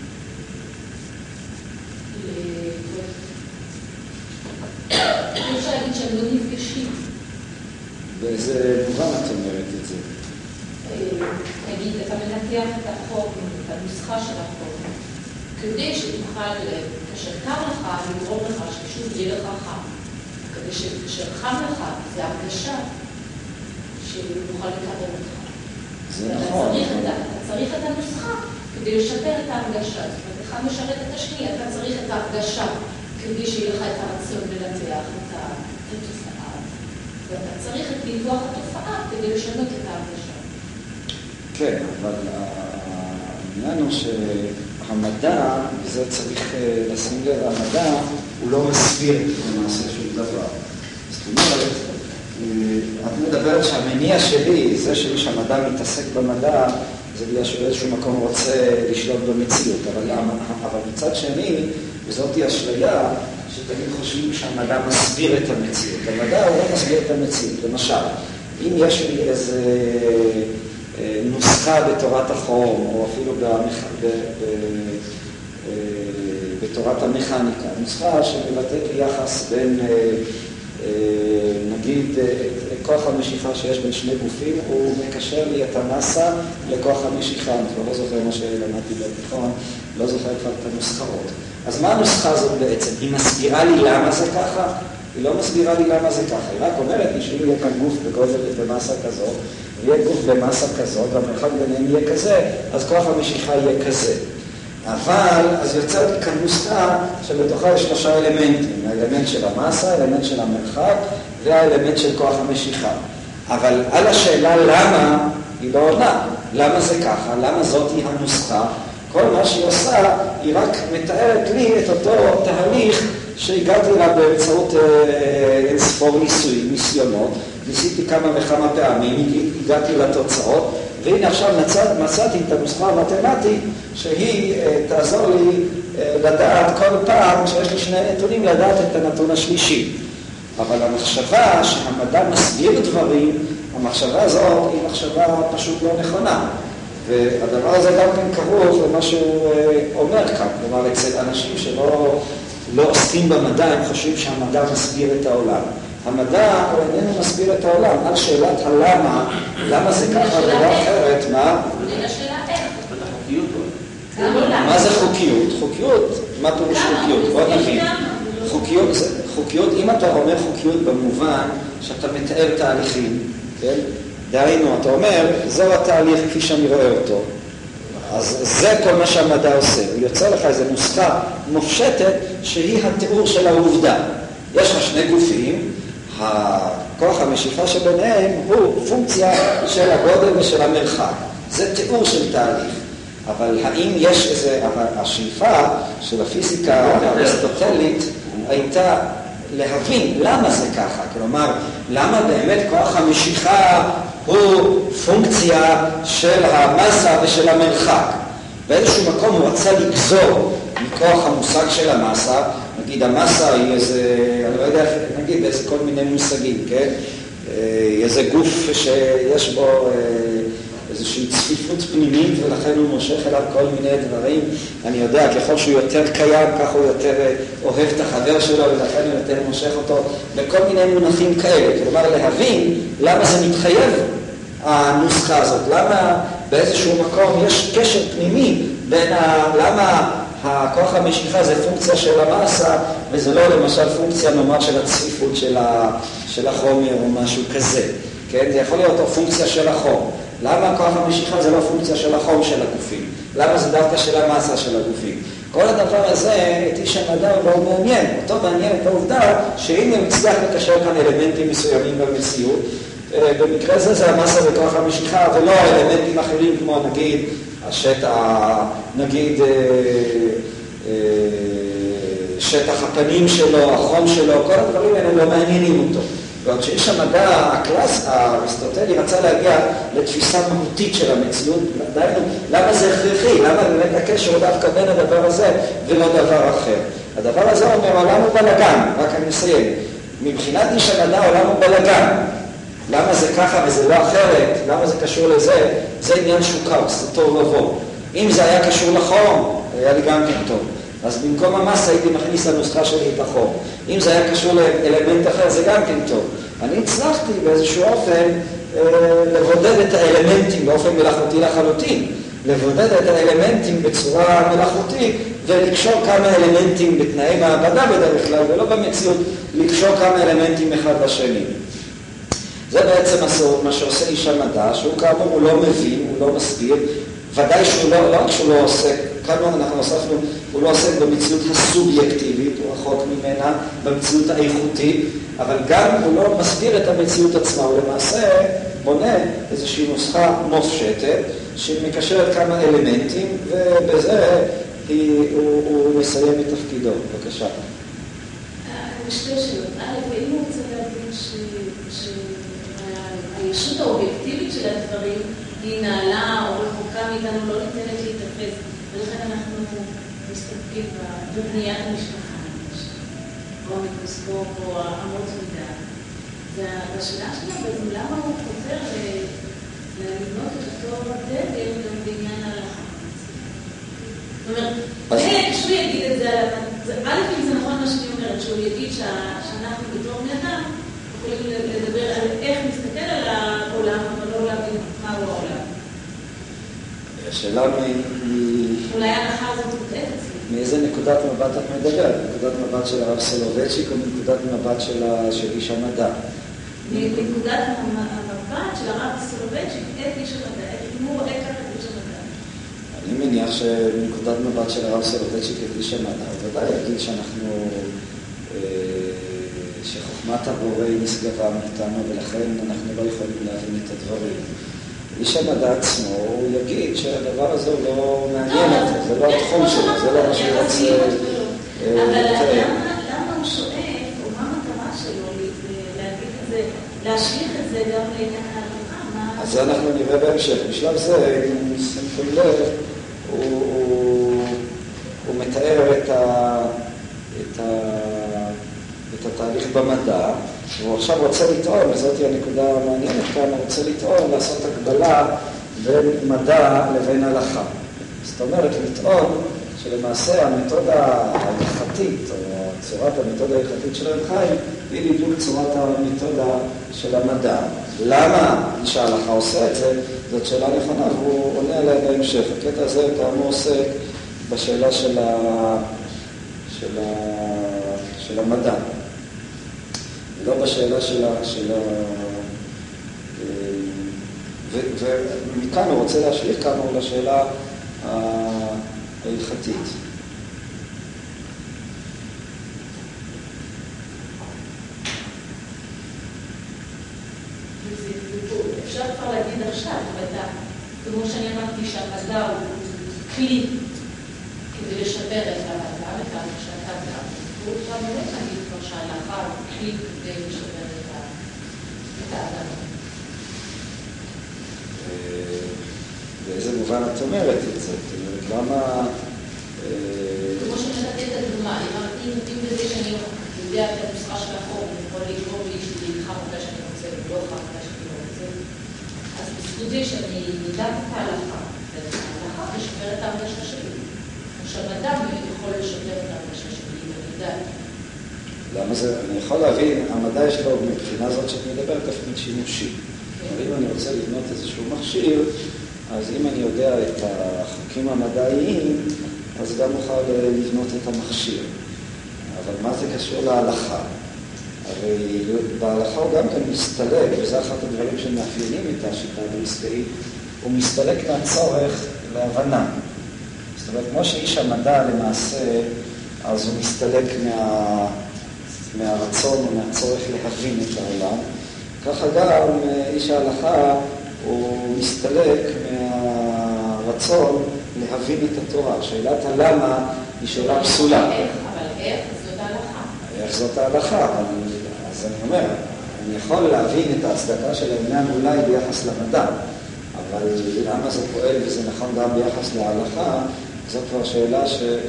אפשר להגיד שהם לא נפגשים. באיזה מובן את אומרת את זה? נגיד, אתה מנתח את החום, את הנוסחה של החום, כדי שתוכל, כאשר קר לך, לגרום לך ששוב יהיה לך חם. כדי שכאשר חם לך, זה הרגשה שנוכל לקדם אותך. זה נכון. אתה צריך את הנוסחה כדי לשפר את ההרגשה. זאת אומרת, אחד משרת את השני, אתה צריך את ההרגשה כדי שיהיה לך את הרצון לנתח את התופעה. ואתה צריך את ניתוח התופעה כדי לשנות את ההרגשה. כן, אבל העניין הוא שהמדע, וזה צריך לשים לב, המדע הוא לא מסביר למעשה שום דבר. זאת אומרת, את מדברת שהמניע שלי, זה שאיש המדע מתעסק במדע, זה בגלל שבאיזשהו מקום רוצה לשלוט במציאות. אבל מצד שני, וזאת היא אשליה, שתמיד חושבים שהמדע מסביר את המציאות. המדע הוא לא מסביר את המציאות. למשל, אם יש לי איזה נוסחה בתורת החום, או אפילו בתורת המכניקה, נוסחה שמבטאת לי יחס בין, נגיד, כוח המשיכה שיש בין שני גופים, הוא מקשר לי את המסה לכוח המשיכה. אני כבר לא זוכר מה שלמדתי בתיכון, לא זוכר כבר את הנוסחאות. אז מה הנוסחה הזאת בעצם? היא מסבירה לי למה זה ככה? היא לא מסבירה לי למה זה ככה. היא רק אומרת לי שאם יהיה כאן גוף בגודל במסה כזאת, ויהיה גוף במסה כזאת, והמרחק ביניהם יהיה כזה, אז כוח המשיכה יהיה כזה. אבל, אז יוצאת לי כאן נוסחה שבתוכה יש 3 אלמנטים. האלמנט של המסה, האלמנט של המרחק, והאלמנט של כוח המשיכה. אבל על השאלה למה, היא לא עונה. למה זה ככה? למה זאת היא הנוסחה? כל מה שהיא עושה, היא רק מתארת לי את אותו תהליך שהגעתי לה באמצעות אינספור ניסיונות. ניסיתי כמה וכמה פעמים, הגעתי לתוצאות, והנה עכשיו מצאתי את הנוסחה המתמטית שהיא תעזור לי לדעת כל פעם שיש לי 2 נתונים, לדעת את הנתון השלישי. אבל המחשבה שהמדע מסביר דברים, המחשבה הזאת היא מחשבה פשוט לא נכונה. והדבר הזה גם כן כרוך למה שהוא אומר כאן. כלומר, אצל אנשים שלא עוסקים במדע, הם חושבים שהמדע מסביר את העולם. המדע הוא איננו מסביר את העולם. על שאלת הלמה, למה זה ככה ולא אחרת, מה? מה זה חוקיות? חוקיות, מה פירוש חוקיות? בוא נבין. חוקיות, אם אתה אומר חוקיות במובן שאתה מתאר תהליכים, כן? דהיינו, אתה אומר, זהו התהליך כפי שאני רואה אותו. אז זה כל מה שהמדע עושה. הוא יוצא לך איזו נוסחה מופשטת שהיא התיאור של העובדה. יש לך 2 גופים, הכוח המשיכה שביניהם הוא פונקציה של הגודל ושל המרחק. זה תיאור של תהליך. אבל האם יש איזה, השאיפה של הפיזיקה האריסטוטלית הייתה להבין למה זה ככה. כלומר, למה באמת כוח המשיכה הוא פונקציה של המסה ושל המרחק. באיזשהו מקום הוא רצה לגזור מכוח המושג של המסה, נגיד המסה היא איזה, אני לא יודע, נגיד איזה כל מיני מושגים, כן? איזה גוף שיש בו איזושהי צפיפות פנימית ולכן הוא מושך אליו כל מיני דברים. אני יודע, ככל שהוא יותר קיים, כך הוא יותר אוהב את החבר שלו ולכן הוא יותר מושך אותו בכל מיני מונחים כאלה. כלומר, להבין למה זה מתחייב הנוסחה הזאת, למה באיזשהו מקום יש קשר פנימי בין למה הכוח המשיכה זה פונקציה של המסה וזה לא למשל פונקציה נאמר של הצפיפות של החומר או משהו כזה. כן? זה יכול להיות פונקציה של החום. למה כוח המשיכה זה לא פונקציה של החום של הגופים? למה זה דווקא של המסה של הגופים? כל הדבר הזה, את איש המדע הוא לא מעניין. אותו מעניין את העובדה שהנה מצליח לקשר כאן אלמנטים מסוימים במציאות. במקרה הזה זה המסה וכוח המשיכה, ולא אלמנטים אחרים כמו נגיד שטח הפנים שלו, החום שלו, כל הדברים האלה לא מעניינים אותו. ועוד שאיש המדע האריסטוטלי רצה להגיע לתפיסה מהותית של המציאות, למה זה הכרחי? למה באמת הקשר הוא דווקא בין הדבר הזה ולא דבר אחר? הדבר הזה אומר, העולם הוא בלגן, רק אני מסיים. מבחינת איש המדע, העולם הוא בלגן. למה זה ככה וזה לא אחרת? למה זה קשור לזה? זה עניין שוקאוס, זה טוב לבוא. אם זה היה קשור לחום, היה לי גם כן טוב. אז במקום המסה הייתי מכניס לנוסחה שלי את החום. אם זה היה קשור לאלמנט אחר, זה גם כן טוב. אני הצלחתי באיזשהו אופן לבודד את האלמנטים באופן מלאכותי לחלוטין. לבודד את האלמנטים בצורה מלאכותית ולקשור כמה אלמנטים בתנאי מעבדה בדרך כלל, ולא במציאות, לקשור כמה אלמנטים אחד לשני. זה בעצם מה שעושה איש המדע, שהוא כאמור הוא לא מבין, הוא לא מסביר, ודאי שהוא לא רק שהוא לא עושה כאן אנחנו הוספנו, הוא לא עוסק במציאות הסובייקטיבית, הוא רחוק ממנה, במציאות האיכותית, אבל גם הוא לא מסביר את המציאות עצמה, הוא למעשה בונה איזושהי נוסחה מופשטת, שמקשרת כמה אלמנטים, ובזה הוא מסיים את תפקידו. בבקשה. שתי שאלות. ואם הוא רוצה להבין שהישות האובייקטיבית של הדברים היא נעלה או רחוקה מאיתנו, לא ניתנת להתאפס, ולכן אנחנו מסתפקים בבניית המשפחה, או המיקרוסקופ או האמות מידה. והשאלה שלה בעצם, למה הוא חוזר לבנות את אותו דגל גם בעניין ההלכה? זאת אומרת, כשהוא יגיד את זה, א' אם זה נכון מה שאני אומרת, שהוא יגיד שאנחנו בתור בני אדם יכולים לדבר על איך נסתכל על העולם, אבל לא להבין מהו העולם. השאלה אולי ההנחה הזאת מוטעת אצלי. מאיזה נקודת מבט את מדברת? נקודת מבט של הרב סולובייצ'יק או נקודת מבט של איש המדע? נקודת המבט של הרב סולובייצ'יק את איש המדע, אם הוא רואה ככה את איש המדע. אני מניח שנקודת מבט של הרב סולובייצ'יק את איש המדע, הוא ודאי יגיד שחוכמת הבורא נשגבה מאיתנו ולכן אנחנו לא יכולים להבין את הדברים. איש המדע עצמו, הוא יגיד שהדבר הזה הוא לא מעניין אותו, זה לא התחום שלו, זה לא מה שהוא רוצה אבל למה הוא שואף, או מה המטרה שלו להגיד את זה, להשליך את זה גם לעניין ההלכה? אז זה אנחנו נראה בהמשך. בשלב זה, אם שמתם לב, הוא מתאר את התהליך במדע, והוא עכשיו רוצה לטעון, וזאת היא הנקודה המעניינת כאן, הוא רוצה לטעון, לעשות הקבלה בין מדע לבין הלכה. זאת אומרת, לטעון שלמעשה המתודה ההלכתית, או צורת המתודה ההלכתית של רב חיים, היא בדיוק צורת המתודה של המדע. למה איש ההלכה עושה את זה? זאת שאלה נכונה, והוא עונה עליה בהמשך. הקטע הזה כאמור עוסק בשאלה של המדע. לא בשאלה ומכאן הוא רוצה להשליך כאמור לשאלה ההלכתית. אפשר כבר להגיד עכשיו, כמו שאני אמרתי שהמדע הוא כלי כדי לשפר את האדם, את ההרגשת האדם. הוא כבר באמת להגיד כבר שההלכה הוא כלי כדי לשפר את האדם. באיזה מובן את אומרת את זה? זאת אומרת, למה... כמו שנתתי את הדוגמה, אם בזה שאני יודע את הנוסחה של החוק, אני יכול לגרום לי שזה ילכה מתי שאני רוצה ולא לך מתי שאני לא רוצה, אז בזכות זה שאני נדע את ההלכה, ההלכה תשפר את ההרגשה שלי. שהמדע יכול לשפר את ההרגשה שלי, ואני יודעת. למה זה? אני יכול להבין, המדע יש לו מבחינה זאת שאת מדברת תפקיד שימושי. אבל אם אני רוצה לבנות איזשהו מכשיר, אז אם אני יודע את החוקים המדעיים, אז גם אוכל לבנות את המכשיר. אבל מה זה קשור להלכה? הרי בהלכה הוא גם כן מסתלק, וזה אחד הדברים שמאפיינים את השיטה הבריסקאית, הוא מסתלק מהצורך להבנה. זאת אומרת, כמו שאיש המדע למעשה, אז הוא מסתלק מהרצון או מהצורך להבין את העולם, ככה גם איש ההלכה הוא מסתלק מהרצון להבין את התורה. שאלת הלמה היא שאלה פסולה. אבל איך זאת ההלכה? איך זאת ההלכה? אז אני אומר, אני יכול להבין את ההצדקה של העניין אולי ביחס למדע, אבל למה זה פועל וזה נכון גם ביחס להלכה, זאת כבר שאלה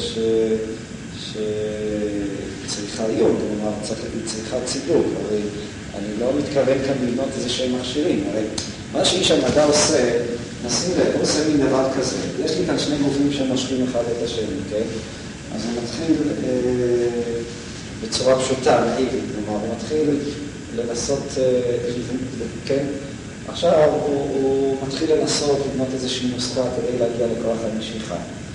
שצריכה עיון, כלומר צריכה צידוק. הרי אני לא מתכוון כאן לבנות איזה שהם מכשירים. הרי מה שאיש המדע עושה, נשים לב, הוא עושה מין דבר כזה. יש לי כאן שני גופים שמושכים אחד את השני, כן? אז הוא מתחיל בצורה פשוטה, נאיבית. כלומר, הוא מתחיל לנסות, כן? עכשיו הוא מתחיל לנסות לבנות איזושהי נוסחה כדי להגיע לכוח המשיכה.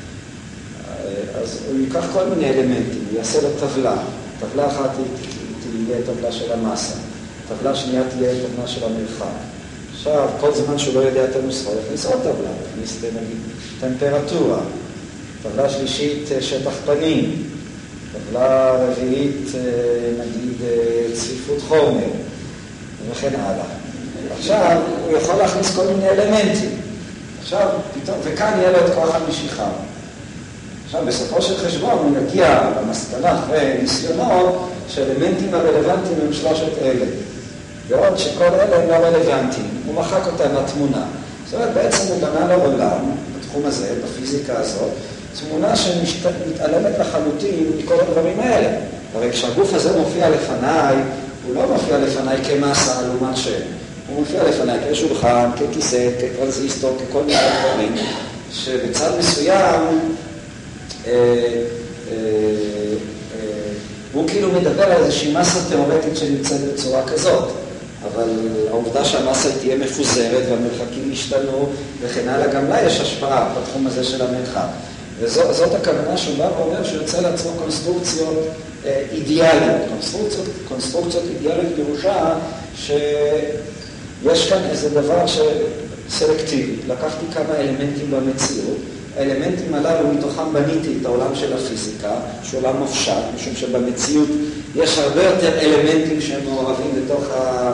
אז הוא ייקח כל מיני אלמנטים, הוא יעשה לו טבלה. טבלה אחת תהיה טבלה של המסה. טבלה שנייה תהיה טבלה של המרחק. עכשיו, כל זמן שהוא לא יודע את הנוסחה, הוא יכניס עוד טבלה, יכניס נגיד טמפרטורה, טבלה שלישית, שטח פנים. טבלה רביעית, נגיד, צפיפות חומר, וכן הלאה. עכשיו, הוא יכול להכניס כל מיני אלמנטים. עכשיו, פתאום, וכאן יהיה לו את כוח המשיכה. עכשיו, בסופו של חשבון, הוא יגיע למסקנה אחרי ניסיונות, שהאלמנטים הרלוונטיים הם 3 אלה. ועוד שכל אלה הם לא רלוונטיים. הוא מחק אותם לתמונה. זאת אומרת, בעצם הוא בנה לעולם, בתחום הזה, בפיזיקה הזאת, תמונה שמתעלמת לחלוטין מכל הדברים האלה. הרי כשהגוף הזה מופיע לפניי, הוא לא מופיע לפניי כמסה לעומת שם. הוא מופיע לפניי כשולחן, ככיסא, כטרנזיסטור, ככל מיני דברים, שבצד מסוים הוא כאילו מדבר על איזושהי מסה תיאורטית שנמצאת בצורה כזאת. אבל העובדה שהמסה תהיה מפוזרת והמרחקים ישתנו וכן הלאה, גם לה יש השפעה בתחום הזה של המרחק. וזאת הכוונה שהוא בא ואומר שהוא יוצא לעצמו קונסטרוקציות אידיאליות. קונסטרוקציות אידיאליות פירושה שיש כאן איזה דבר סלקטיבי. לקחתי כמה אלמנטים במציאות, האלמנטים הללו מתוכם בניתי את העולם של הפיזיקה, שהוא עולם מופשט, משום שבמציאות יש הרבה יותר אלמנטים שהם מעורבים בתוך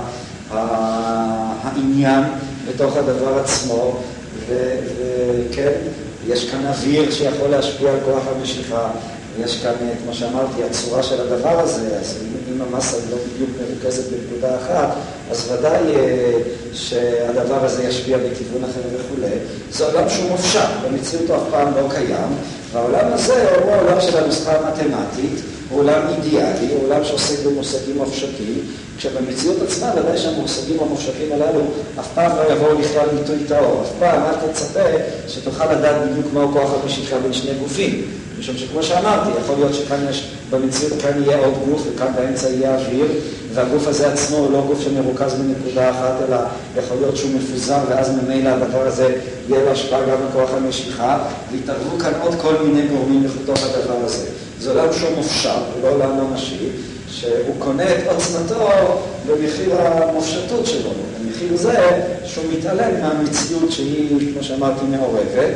העניין, בתוך הדבר עצמו, וכן, יש כאן אוויר שיכול להשפיע על כוח המשיכה, ויש כאן, כמו שאמרתי, הצורה של הדבר הזה, אז אם המסה לא בדיוק מרוכזת בנקודה אחת, אז ודאי שהדבר הזה ישפיע בכיוון אחר וכו'. זה עולם שהוא מופשט, במציאות הוא אף פעם לא קיים, והעולם הזה הוא העולם של הנוסחה המתמטית, הוא עולם אידיאלי, הוא עולם שעוסק במושגים מופשטים, כשבמציאות עצמה ודאי שהמושגים המופשטים הללו אף פעם לא יבואו לכלל ביטוי טהור, אף פעם אל תצפה שתוכל לדעת בדיוק מהו כוח המשיכה בין שני גופים. משום שכמו שאמרתי, יכול להיות שכאן יש, במציאות כאן יהיה עוד גוף וכאן באמצע יהיה אוויר, והגוף הזה עצמו הוא לא גוף שמרוכז בנקודה אחת, אלא יכול להיות שהוא מפוזר, ואז ממילא הדבר הזה יהיה לו השפעה גם בכוח המשיכה, והתערבו כאן עוד כל מיני גורמים בתוך הדבר הזה. זה עולם שהוא מופשט, הוא לא עולם ממשי, שהוא קונה את עוצמתו במחיר המופשטות שלו, במחיר זה שהוא מתעלם מהמציאות שהיא, כמו שאמרתי, מעורבת,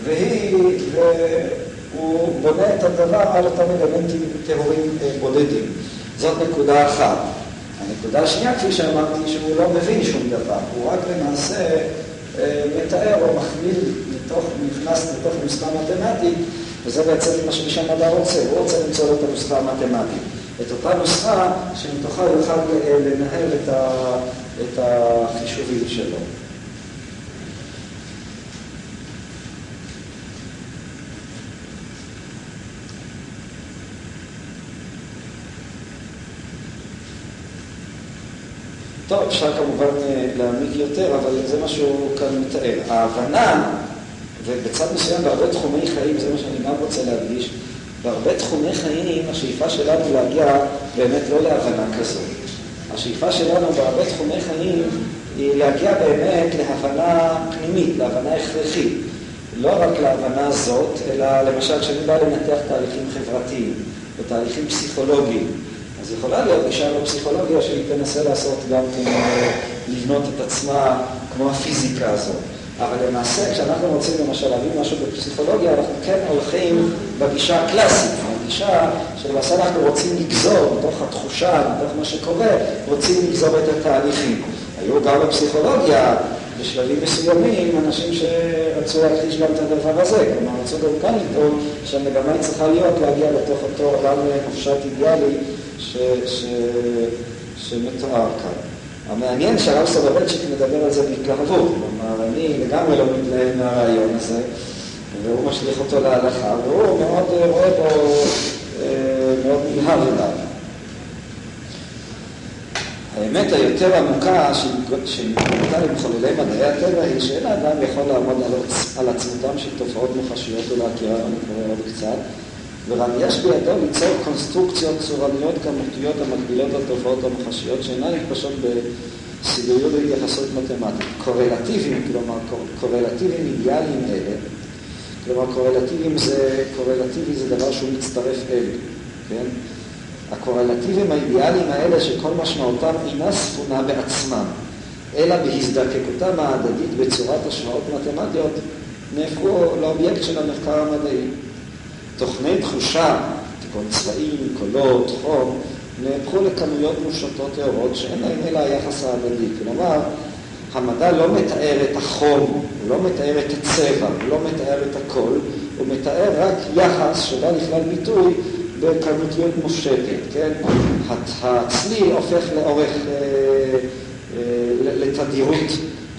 והוא בונה את הדבר על אותם אלמנטים טהורים בודדים. זאת נקודה אחת. הנקודה השנייה, כפי שאמרתי, שהוא לא מבין שום דבר, הוא רק למעשה מתאר או מחמיר נכנס לתוך נוסחה מתמטית, וזה בעצם מה שאיש המדע רוצה, הוא רוצה למצוא את הנוסחה המתמטית. את אותה נוסחה שמתוכה יוכל לנהל את החישובים שלו. טוב, אפשר כמובן להעמיק יותר, אבל זה מה שהוא כאן מתאר. ההבנה, ובצד מסוים בהרבה תחומי חיים, זה מה שאני גם רוצה להדגיש, בהרבה תחומי חיים השאיפה שלנו להגיע באמת לא להבנה כזו. השאיפה שלנו בהרבה תחומי חיים היא להגיע באמת להבנה פנימית, להבנה הכרחית. לא רק להבנה הזאת, אלא למשל כשאני בא לנתח תהליכים חברתיים ותהליכים פסיכולוגיים, אז יכולה להיות גישה לפסיכולוגיה שהיא תנסה לעשות גם לבנות את עצמה כמו הפיזיקה הזאת. אבל למעשה, כשאנחנו רוצים למשל להבין משהו בפסיכולוגיה, אנחנו כן הולכים בגישה הקלאסית, הגישה שלמעשה אנחנו רוצים לגזור מתוך התחושה, מתוך מה שקורה, רוצים לגזור את התהליכים. היו גם בפסיכולוגיה, בשלבים מסוימים, אנשים שרצו להקדיש גם את הדבר הזה, כלומר רצו גם כאן לטעון שהמגמה היא צריכה להיות להגיע לתוך אותו עולם מופשט אידיאלי שמתואר כאן. המעניין שהרב סולובייצ'יק מדבר על זה בהתלהבות, כלומר, אני לגמרי לא מתלהב מהרעיון הזה, והוא משליך אותו להלכה, והוא מאוד רואה בו, מאוד נלהב אליו. האמת היותר עמוקה שמתגלתה למחוללי מדעי הטבע היא שאין האדם יכול לעמוד על עצמותם של תופעות מוחשיות ולהכירה, אני קורא עוד קצת, ורק יש בידו ליצור קונסטרוקציות צורניות כמותיות המקבילות לתופעות המוחשיות שאינן מתפשות בסידוריות והתייחסות מתמטית. קורלטיביים, כלומר קורלטיביים אידיאליים אלה, כלומר קורלטיבי זה דבר שהוא מצטרף אל, כן? הקורלטיביים האידיאליים האלה שכל משמעותם אינה ספונה בעצמם, אלא בהזדקקותם ההדדית בצורת השוואות מתמטיות, נהפכו לאובייקט של המחקר המדעי. תוכני תחושה, כגון צבעים, קולות, חום, נהפכו לכמויות מופשטות טהורות שאין להם אלא היחס ההדדי. כלומר, המדע לא מתאר את החום, הוא לא מתאר את הצבע, הוא לא מתאר את הכל, הוא מתאר רק יחס שבא לכלל ביטוי בכמותיות מופשטת, כן? הצליל הופך לאורך, לתדירות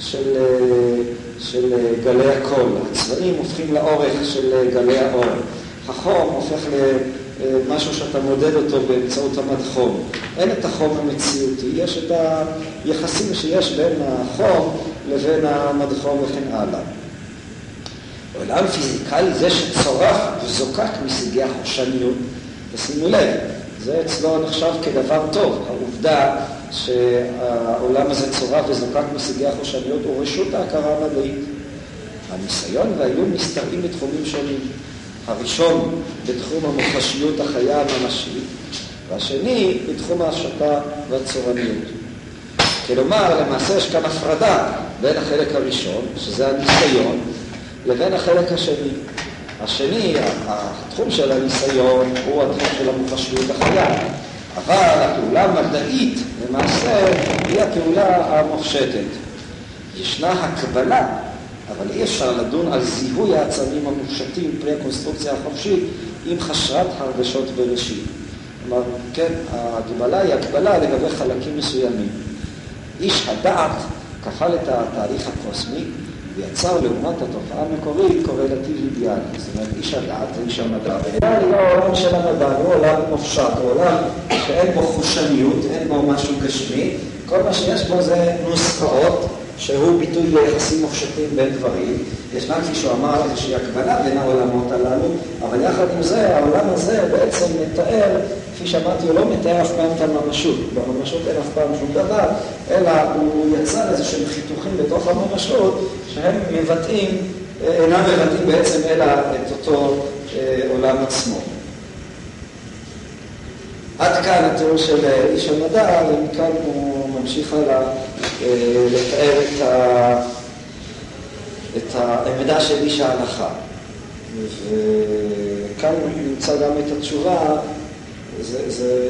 של גלי הקול, הצבעים הופכים לאורך של גלי האור, החום הופך למשהו שאתה מודד אותו באמצעות המדחום. אין את החום המציאותי, יש את היחסים שיש בין החום לבין המדחום וכן הלאה. עולם פיזיקלי זה שצורף וזוקק מסגי החושניות, תשימו לב, זה אצלו נחשב כדבר טוב. העובדה שהעולם הזה צורף וזוקק מסגי החושניות הוא רשות ההכרה המדעית. הניסיון והעיון מסתרעים בתחומים שונים. הראשון בתחום המוחשיות החיה הממשית, והשני בתחום ההפשטה והצורניות. כלומר, למעשה יש כאן הפרדה בין החלק הראשון, שזה הניסיון, לבין החלק השני. השני, התחום של הניסיון, הוא התחום של המוחשיות החיה. אבל הפעולה המדעית, למעשה, היא הפעולה המופשטת. ישנה הקבלה, אבל אי אפשר לדון על זיהוי העצמים המופשטים פרי הקונסטרוקציה החופשית עם חשרת הרגשות בראשית. כלומר, כן, ההגבלה היא הגבלה לגבי חלקים מסוימים. איש הדעת כפל את התהליך הקוסמי ויצר לעומת התופעה המקורית קורלטיב אידיאלי. זאת אומרת, איש הדעת, איש המדע. אידיאלי הוא העולם של המדע, הוא עולם מופשט, הוא עולם שאין בו חושניות, אין בו משהו גשמי. כל מה שיש בו זה נוסחאות, שהוא ביטוי ליחסים מופשטים בין דברים. ישנה, כפי שהוא אמר, איזושהי הקבלה בין העולמות הללו, אבל יחד עם זה, העולם הזה בעצם מתאר, כפי שאמרתי, הוא לא מתאר אף פעם את הממשות. בממשות אין אף פעם שום דבר, אלא הוא יצר איזשהם חיתוכים בתוך הממשות, שהם מבטאים, אינם מבטאים בעצם אלא את אותו עולם עצמו. עד כאן התיאור של איש המדע, ומכאן הוא ממשיך הלאה לתאר את העמדה של איש ההלכה. וכאן נמצא גם את התשובה, זה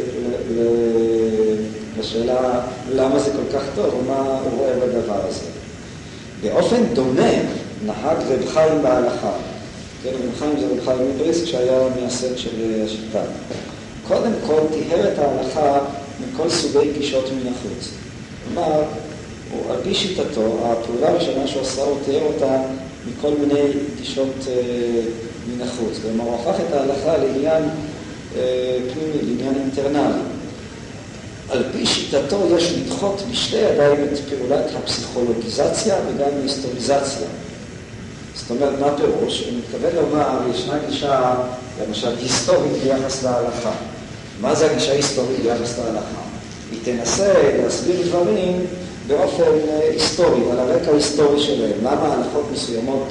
לשאלה למה זה כל כך טוב, ומה הוא רואה בדבר הזה. באופן דומה נהג רב חיים בהלכה. כן, רב חיים זה רב חיים מבריסק שהיה מייסד של השיטה. קודם כל תיאר את ההלכה מכל סוגי גישות מן החוץ. כלומר, על פי שיטתו, הפעולה הראשונה שהוא עשה, הוא תיאר אותה מכל מיני גישות מן החוץ. כלומר, הוא הפך את ההלכה לעניין פנימי, לעניין אינטרנלי. על פי שיטתו יש לדחות בשתי ידיים את פעולת הפסיכולוגיזציה וגם ההיסטוריזציה. זאת אומרת, מה פירוש? הוא מתכוון לומר, ישנה גישה, למשל, היסטורית ביחס להלכה. מה זה הגישה היסטורית ביחס להלכה? היא תנסה להסביר דברים באופן היסטורי, על הרקע ההיסטורי שלהם. למה הלכות מסוימות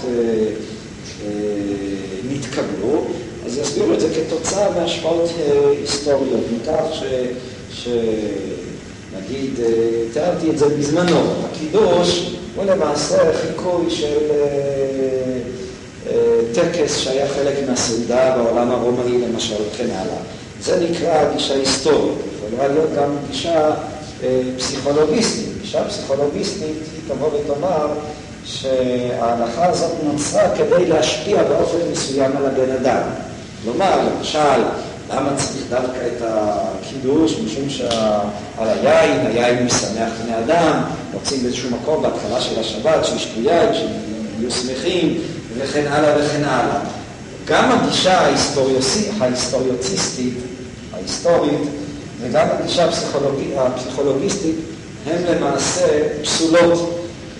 נתקבלו? אז יסבירו את זה כתוצאה מהשפעות היסטוריות. מכך נגיד, תיארתי את זה בזמנו. הקידוש הוא למעשה חיקוי של טקס שהיה חלק מהסעודה בעולם הרומאי למשל וכן הלאה. זה נקרא גישה היסטורית. יכולה להיות גם גישה פסיכולוגיסטית. גישה פסיכולוגיסטית היא תבוא ותאמר שההלכה הזאת נוצרה כדי להשפיע באופן מסוים על הבן אדם. כלומר, למשל, למה צריך דווקא את הקידוש? משום שעל היין משמח בני אדם, רוצים באיזשהו מקום בהתחלה של השבת, שישתו יין, שיהיו שמחים, וכן הלאה וכן הלאה. גם הגישה ההיסטוריוציסטית, ההיסטורית, וגם הגישה הפסיכולוגיסטית, הן למעשה פסולות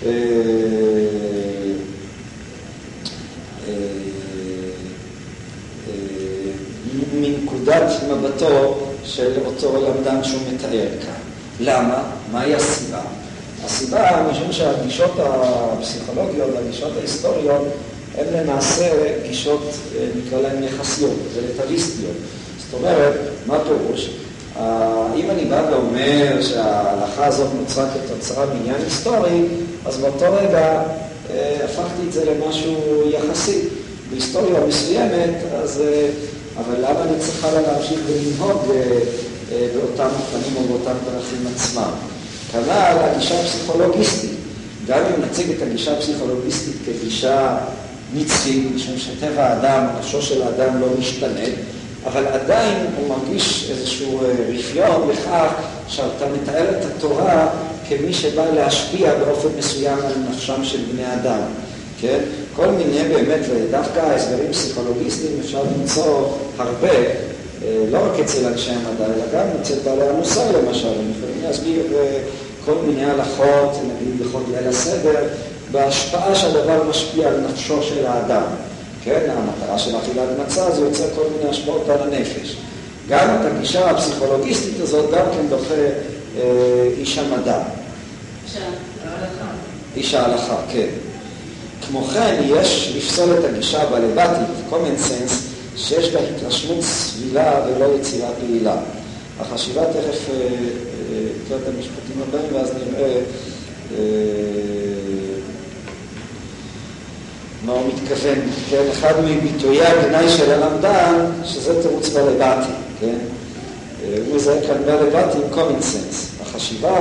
מנקודת מבטו של אותו למדן שהוא מתאר כאן. למה? מהי הסיבה? הסיבה, משום שהגישות הפסיכולוגיות והגישות ההיסטוריות הן למעשה גישות, נקרא להן יחסיות, רלטיביסטיות. זאת אומרת, מה פירוש? אם אני בא ואומר שההלכה הזאת נוצרה כתוצאה מעניין היסטורי, אז באותו רגע הפכתי את זה למשהו יחסי. בהיסטוריה מסוימת, אז אבל למה אני צריכה להמשיך ולנהוג באותם אופנים או באותם דרכים עצמם? כנ"ל הגישה הפסיכולוגיסטית. גם אם נציג את הגישה הפסיכולוגיסטית כגישה נצחית, משום שטבע האדם, נפשו של האדם לא משתנה, אבל עדיין הוא מרגיש איזשהו רפיון לכך שאתה מתאר את התורה כמי שבא להשפיע באופן מסוים על נפשם של בני אדם. כן? כל מיני באמת, ודווקא הסברים פסיכולוגיסטיים אפשר למצוא הרבה, לא רק אצל אנשי המדע, אלא גם אצל בעלי המוסר למשל. הם יכולים להסביר כל מיני הלכות, נגיד בכל ליל הסדר, בהשפעה שהדבר משפיע על נפשו של האדם. כן? המטרה של אכילת מצה זה יוצר כל מיני השפעות על הנפש. גם את הגישה הפסיכולוגיסטית הזאת גם כן דוחה איש המדע. איש ההלכה, כן. כמו כן, יש לפסול את הגישה הבלבטית, common sense, שיש בה התרשמות סבילה ולא יצירה פעילה. החשיבה תכף נקרא את המשפטים הבאים, ואז נראה מה הוא מתכוון. כן? אחד מביטויי הגנאי של הלמדן, שזה תירוץ בלבטי. כן? הוא מזהה כאן בלבטי עם common sense. החשיבה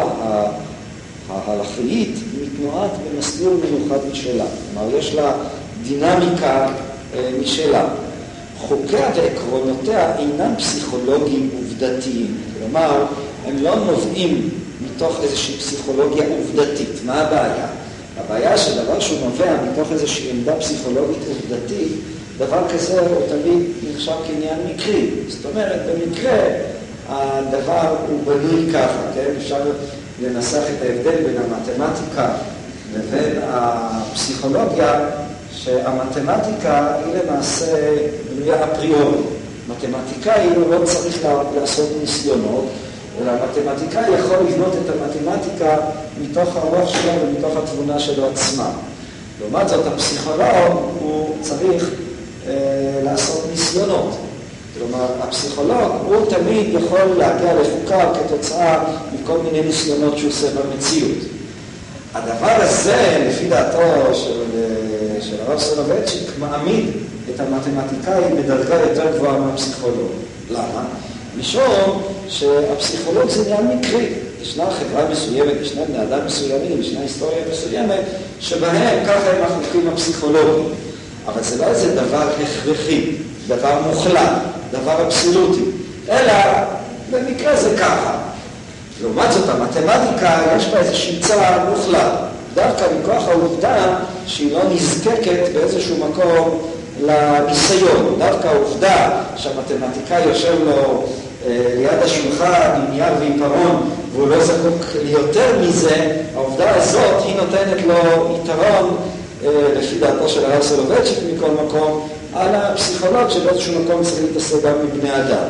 ההלכאית מתנועת במסלול מיוחד משלה. כלומר, יש לה דינמיקה משלה. חוקיה ועקרונותיה אינם פסיכולוגיים עובדתיים. כלומר, הם לא נובעים מתוך איזושהי פסיכולוגיה עובדתית. מה הבעיה? הבעיה שדבר שהוא נובע מתוך איזושהי עמדה פסיכולוגית עובדתית, דבר כזה הוא תמיד נחשב כעניין מקרי. זאת אומרת, במקרה הדבר הוא בנוי ככה, כן? אפשר לנסח את ההבדל בין המתמטיקה לבין הפסיכולוגיה, שהמתמטיקה היא למעשה בנויה אפריורי. מתמטיקאי הוא לא צריך לעשות ניסיונות, אלא המתמטיקאי יכול לבנות את המתמטיקה מתוך הרוח שלו ומתוך התבונה שלו עצמה. לעומת זאת, הפסיכולוג הוא צריך לעשות ניסיונות. כלומר, הפסיכולוג הוא תמיד יכול להגיע לחוקה כתוצאה מכל מיני ניסיונות שהוא עושה במציאות. הדבר הזה, לפי דעתו של הרב סולובייצ'יק, מעמיד את המתמטיקאי בדרגה יותר גבוהה מהפסיכולוג. למה? משום שהפסיכולוג זה עניין מקרי. ישנה חברה מסוימת, ישנה בני אדם מסוימים, ישנה היסטוריה מסוימת, שבהם ככה הם החוקים הפסיכולוגיים. אבל זה לא איזה דבר הכרחי, דבר מוחלט, דבר אבסולוטי, אלא במקרה זה ככה. לעומת זאת, המתמטיקה יש בה איזושהי צער מוחלט, דווקא מכוח העובדה שהיא לא נזקקת באיזשהו מקום לניסיון. דווקא העובדה שהמתמטיקאי יושב לו ליד השולחן עם נייר ועיפרון והוא לא זקוק ליותר מזה, העובדה הזאת היא נותנת לו יתרון לפי דעתו של הרב סולובייצ'יק מכל מקום על הפסיכולוג שבאיזשהו מקום צריך להתעסק גם מבני אדם.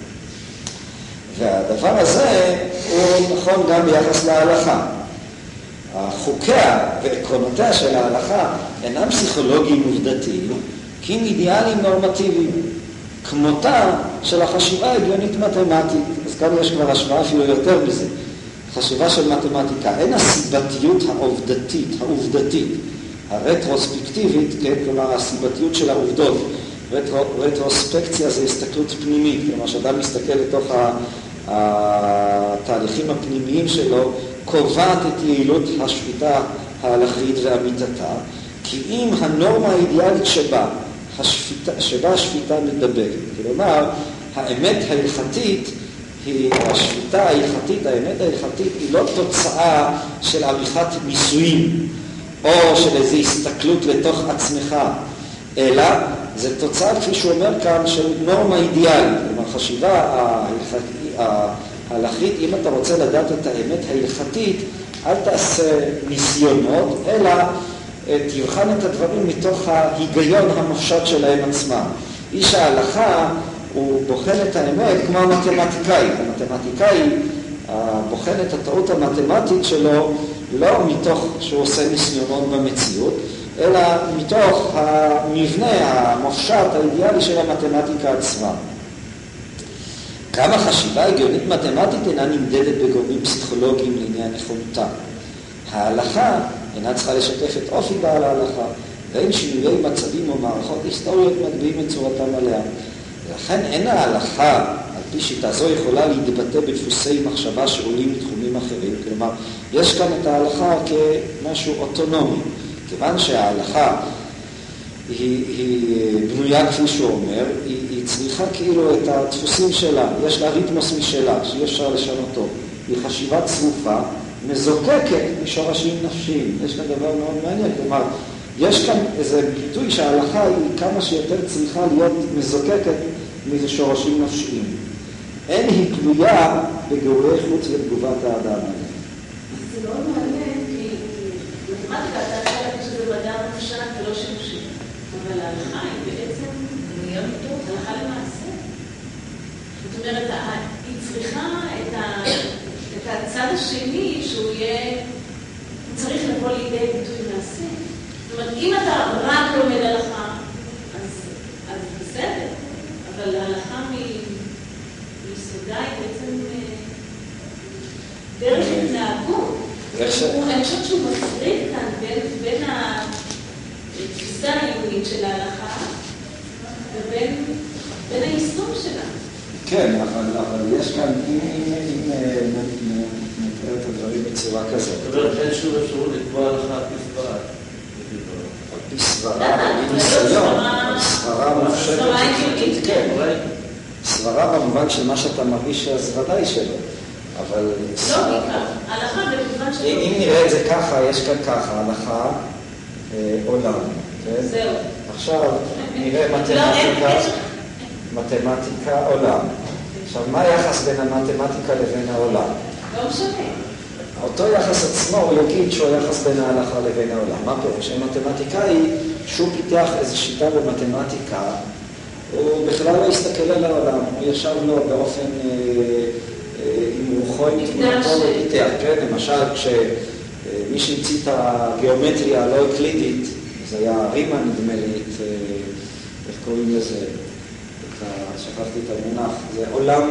והדבר הזה הוא נכון גם ביחס להלכה. חוקיה ועקרונותיה של ההלכה אינם פסיכולוגיים עובדתיים, כי הם אידיאליים נורמטיביים, כמותה של החשיבה ההגיונית מתמטית. אז כאן יש כבר השוואה אפילו יותר מזה. חשיבה של מתמטיקה, אין הסיבתיות העובדתית, הרטרוספקטיבית, כן? כלומר הסיבתיות של העובדות. רטרוספקציה זה הסתכלות פנימית, כלומר שאדם מסתכל לתוך התהליכים הפנימיים שלו, קובעת את יעילות השפיטה ההלכית ואמיתתה, כי אם הנורמה האידיאלית שבה השפיטה מדבקת, כלומר האמת ההלכתית היא, השפיטה ההלכתית, האמת ההלכתית היא לא תוצאה של עריכת ניסויים או של איזו הסתכלות לתוך עצמך, אלא זה תוצאה, כפי שהוא אומר כאן, של נורמה אידיאלית. כלומר, חשיבה ההלכית, אם אתה רוצה לדעת את האמת ההלכתית, אל תעשה ניסיונות, אלא תבחן את הדברים מתוך ההיגיון המופשט שלהם עצמם. איש ההלכה הוא בוחן את האמת כמו המתמטיקאי. המתמטיקאי בוחן את הטעות המתמטית שלו לא מתוך שהוא עושה ניסיונות במציאות, אלא מתוך המבנה המופשט האידיאלי של המתמטיקה עצמה. גם החשיבה הגיונית מתמטית אינה נמדדת בגורמים פסיכולוגיים לעניין נכונותה. ההלכה אינה צריכה לשקף את אופי בעל ההלכה, ואין שינויי מצבים או מערכות היסטוריות מטביעים את צורתם עליה. לכן אין ההלכה, על פי שיטה זו, יכולה להתבטא בדפוסי מחשבה שעולים מתחומים אחרים. כלומר, יש כאן את ההלכה כמשהו אוטונומי. כיוון שההלכה היא בנויה כפי שהוא אומר, היא צריכה כאילו את הדפוסים שלה, יש לה ריתמוס משלה, שאי אפשר לשנותו. היא חשיבה צרופה, מזוקקת משורשים נפשיים. יש כאן דבר מאוד מעניין, כלומר, יש כאן איזה ביטוי שההלכה היא כמה שיותר צריכה להיות מזוקקת מאיזה שורשים נפשיים. אין היא תלויה בגאולי חוץ ותגובת האדם. זה מאוד מעניין, כי מתמטיקה אתה חלק שזה מדע מפשט ולא שימושי. אבל ההלכה היא בעצם בנויה מתוך הלכה למעשה. זאת אומרת, היא צריכה את הצד השני שהוא יהיה, צריך לבוא לידי ביטוי מעשה. זאת אומרת, אם אתה רק לומד הלכה, אז בסדר. אבל ההלכה מיסודה היא בעצם דרך התנהגות. אני חושבת שהוא מפריד כאן בין התפיסה העיונית של ההלכה ובין היישום שלה. כן, אבל יש כאן, אם נתאר את הדברים בצורה כזאת. זאת אומרת, אין שום אפשרות לקבוע הלכה על פי סברה. על פי סברה, על פי ניסיון, על סברה מופשטת. כן, סברה במובן של מה שאתה מרגיש, אז ודאי שלא. אבל... לא בעיקר, הלכה במובן שלא. אם נראה את זה ככה, יש כאן ככה, הלכה, עולם. זהו. עכשיו נראה מתמטיקה, עולם. עכשיו, מה היחס בין המתמטיקה לבין העולם? לא משנה. אותו יחס עצמו, הוא יגיד שהוא היחס בין ההלכה לבין העולם. מה פירוש? המתמטיקאי, שהוא פיתח איזו שיטה במתמטיקה, הוא בכלל לא הסתכל על העולם, הוא ישב לו באופן, עם רוחו, עם תמונתו ופיתח. כן, למשל, כשמי שהמציא את הגיאומטריה הלא אקלידית, זה היה רימן, נדמה לי, איך קוראים לזה? שכחתי את המונח. זה עולם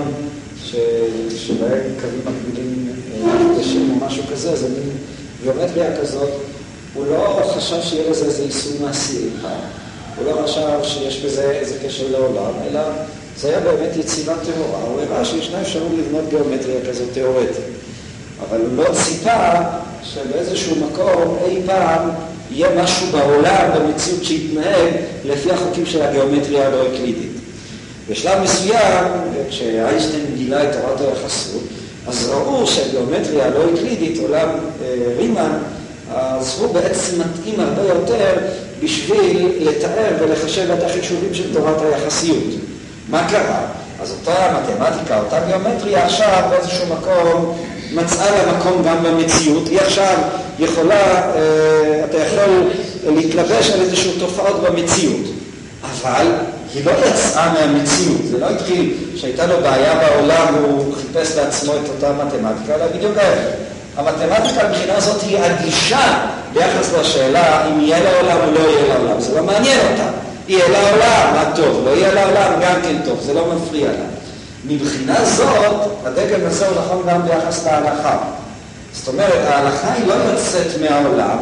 שבהם קווים מקבילים מקדשים או משהו כזה, זה מין גיאומטריה כזאת. הוא לא חשב שיהיה לזה איזה יישום מעשי פעם. הוא לא חשב שיש בזה איזה קשר לעולם, אלא זה היה באמת יצירה טהורה. הוא הראה שישנה אפשרות לבנות גיאומטריה כזאת תיאורטית. אבל הוא לא ציפה שבאיזשהו מקום אי פעם יהיה משהו בעולם, במציאות שיתנהג לפי החוקים של הגיאומטריה הלא אקלידית. בשלב מסוים, כשאיינשטיין גילה את תורת היחסות, אז ראו שהגיאומטריה הלא אקלידית, עולם רימן, אז הוא בעצם מתאים הרבה יותר בשביל לתאר ולחשב את החישובים של תורת היחסיות. מה קרה? אז אותה מתמטיקה, אותה גיאומטריה, עכשיו באיזשהו מקום מצאה לה מקום גם במציאות. היא עכשיו יכולה, אתה יכול להתלבש על איזשהו תופעות במציאות. אבל היא לא יצאה מהמציאות. זה לא התחיל שהייתה לו בעיה בעולם והוא חיפש לעצמו את אותה מתמטיקה, אלא בדיוק ההפך. המתמטיקה מבחינה הזאת היא אדישה ביחס לשאלה אם יהיה לעולם או לא יהיה לעולם. זה לא מעניין אותה. יהיה לעולם, מה טוב. לא יהיה לעולם, גם כן טוב. זה לא מפריע לה. מבחינה זאת, הדגל הזה הוא נכון גם ביחס להלכה. זאת אומרת, ההלכה היא לא יוצאת מהעולם.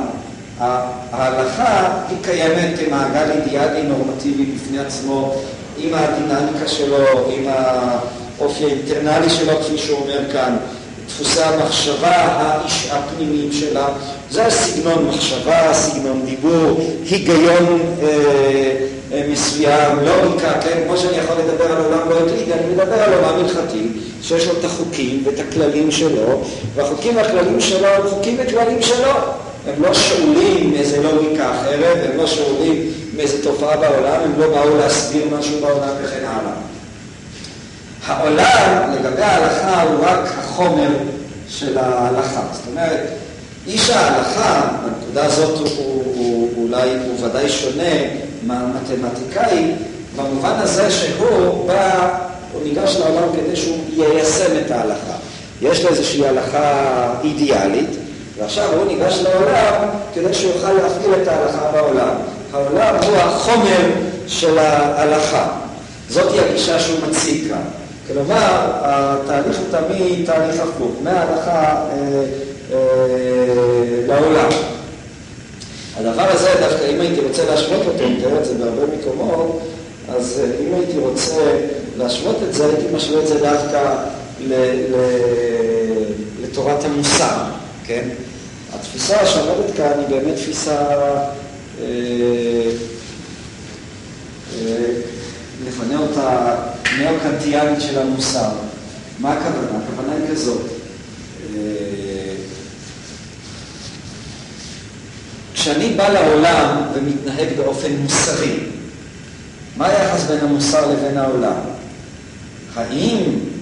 ההלכה היא קיימת כמעגל אידיאלי נורמטיבי בפני עצמו, עם הדינמיקה שלו, עם האופי האינטרנלי שלו, כפי שהוא אומר כאן, דפוסי המחשבה הפנימיים שלה. זה סגנון מחשבה, סגנון דיבור, היגיון מסוים, לוגיקה, כן? כמו שאני יכול לדבר על עולם לא אקלידי, אני מדבר על עולם הלכתי, שיש לו את החוקים ואת הכללים שלו, והחוקים והכללים שלו הם חוקים וכללים שלו. הם לא שאולים מאיזה לוגיקה אחרת, הם לא שאולים מאיזה תופעה בעולם, הם לא באו להסביר משהו בעולם וכן הלאה. העולם, לגבי ההלכה, הוא רק החומר של ההלכה. זאת אומרת, איש ההלכה, בנקודה הזאת הוא ודאי שונה מהמתמטיקאי, במובן הזה שהוא בא, הוא ניגש לעולם כדי שהוא יישם את ההלכה. יש לו איזושהי הלכה אידיאלית, ועכשיו הוא ניגש לעולם כדי שיוכל להפעיל את ההלכה בעולם. העולם הוא החומר של ההלכה. זאת היא הגישה שהוא מציג כאן. כלומר, התהליך הוא תמיד תהליך הפוך, מההלכה לעולם. הדבר הזה, דווקא אם הייתי רוצה להשוות אותו, אני מתאר את זה בהרבה מקומות, אז אם הייתי רוצה להשוות את זה, הייתי משווה את זה דווקא לתורת המוסר, כן? התפיסה שעומדת כאן היא באמת תפיסה, לפני אותה נאו-קנטיאנית של המוסר. מה הכוונה? הכוונה היא כזאת. כשאני בא לעולם ומתנהג באופן מוסרי, מה היחס בין המוסר לבין העולם? האם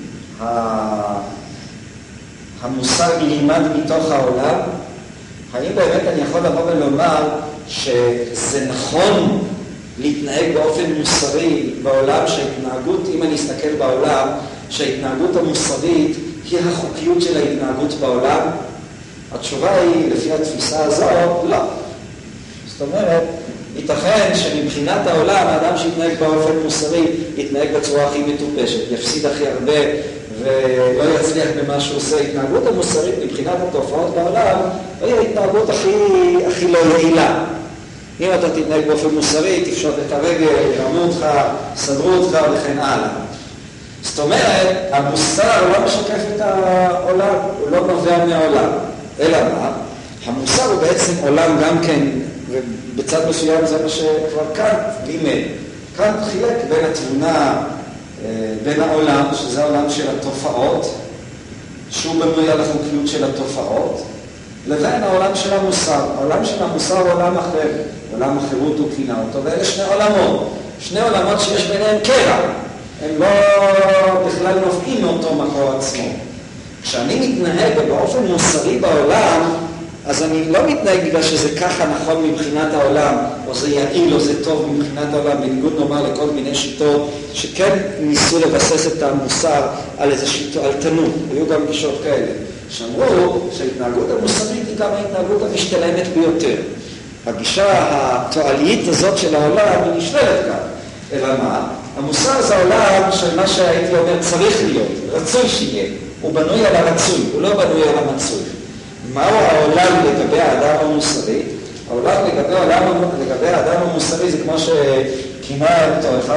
המוסר נלמד מתוך העולם? האם באמת אני יכול לבוא ולומר שזה נכון להתנהג באופן מוסרי בעולם שההתנהגות, אם אני אסתכל בעולם, שההתנהגות המוסרית היא החוקיות של ההתנהגות בעולם? התשובה היא, לפי התפיסה הזאת, לא. זאת אומרת, ייתכן שמבחינת העולם, האדם שיתנהג באופן מוסרי, יתנהג בצורה הכי מטופשת, יפסיד הכי הרבה ולא יצליח במה שהוא עושה. התנהגות המוסרית מבחינת התופעות בעולם, היא ההתנהגות הכי לא יעילה. אם אתה תתנהג באופן מוסרי, תפשוט את הרגל, ירמו אותך, סדרו אותך וכן הלאה. זאת אומרת, המוסר לא משקף את העולם, הוא לא נובע מהעולם. אלא מה? המוסר הוא בעצם עולם גם כן, ובצד מסוים זה מה שכבר קאנט לימד. קאנט חילק בין התבונה, בין העולם, שזה העולם של התופעות, שהוא בנוי על החוקיות של התופעות, לבין העולם של המוסר. העולם של המוסר הוא עולם אחר, עולם החירות הוא כינה אותו, ואלה שני עולמות. שני עולמות שיש ביניהם קרע. הם לא בכלל נובעים מאותו מקור עצמו. כשאני מתנהג באופן מוסרי בעולם, אז אני לא מתנהג בגלל שזה ככה נכון מבחינת העולם, או זה יעיל או זה טוב מבחינת העולם, בניגוד נאמר לכל מיני שיטות שכן ניסו לבסס את המוסר על איזושהי תועלתנות. היו גם גישות כאלה שאמרו שההתנהגות המוסרית היא גם ההתנהגות המשתלמת ביותר. הגישה התועלית הזאת של העולם היא נשללת כאן. אלא מה? המוסר זה העולם של מה שהייתי אומר צריך להיות, רצוי שיהיה. הוא בנוי על הרצוי, הוא לא בנוי על המצוי. מהו העולם לגבי האדם המוסרי? העולם לגבי האדם המוסרי זה כמו שכינה אותו אחד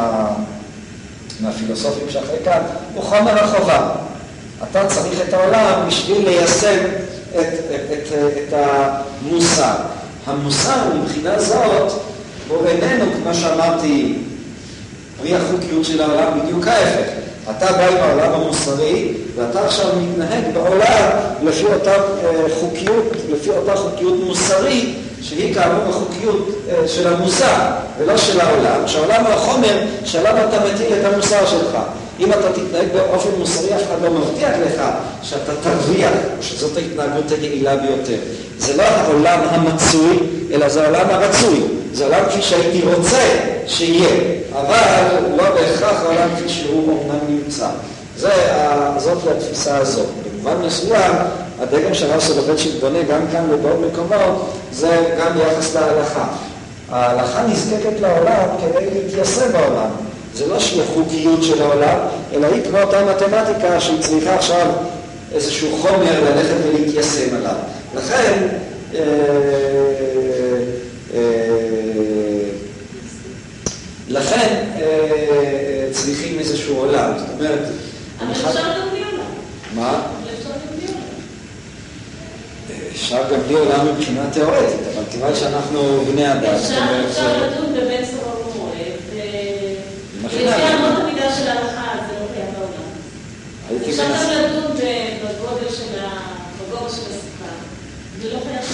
מהפילוסופים שאחרי כאן, הוא חומר החובה. אתה צריך את העולם בשביל ליישם את המוסר. המוסר מבחינה זאת הוא איננו, כמו שאמרתי, פרי החוקיות של העולם בדיוק ההפך. אתה בא עם העולם המוסרי, ואתה עכשיו מתנהג בעולם לפי אותה חוקיות מוסרית, שהיא כאמור החוקיות של המוסר, ולא של העולם. שהעולם הוא החומר שעליו אתה מטיל את המוסר שלך. אם אתה תתנהג באופן מוסרי, אף אחד לא מבטיח לך שאתה תרוויח, או שזאת ההתנהגות היעילה ביותר. זה לא העולם המצוי, אלא זה העולם הרצוי. זה עולם כפי שהייתי רוצה שיהיה, אבל לא בהכרח העולם כפי שהוא אומנם נמצא. זאת התפיסה הזאת. במובן מסוים, הדגם של הרב סולובייצ'יק בונה גם כאן ובעוד מקומות, זה גם יחס להלכה. ההלכה נזקקת לעולם כדי להתיישם בעולם. זה לא שהיא החוקיות של העולם, אלא היא כמו אותה מתמטיקה שהיא צריכה עכשיו איזשהו חומר ללכת ולהתיישם עליו. לכן צריכים איזשהו עולם. זאת אומרת... אבל אפשר גם בלי עולם. מה? אפשר גם בלי עולם. אפשר גם בלי עולם מבחינה תיאורטית, אבל כיוון שאנחנו בני אדם... אפשר לדון בבן סורר ומועד, ולפי אמות המידה של ההלכה, זה לא קיים בעולם. אפשר גם לדון בגודל של השיחה, זה לא קיים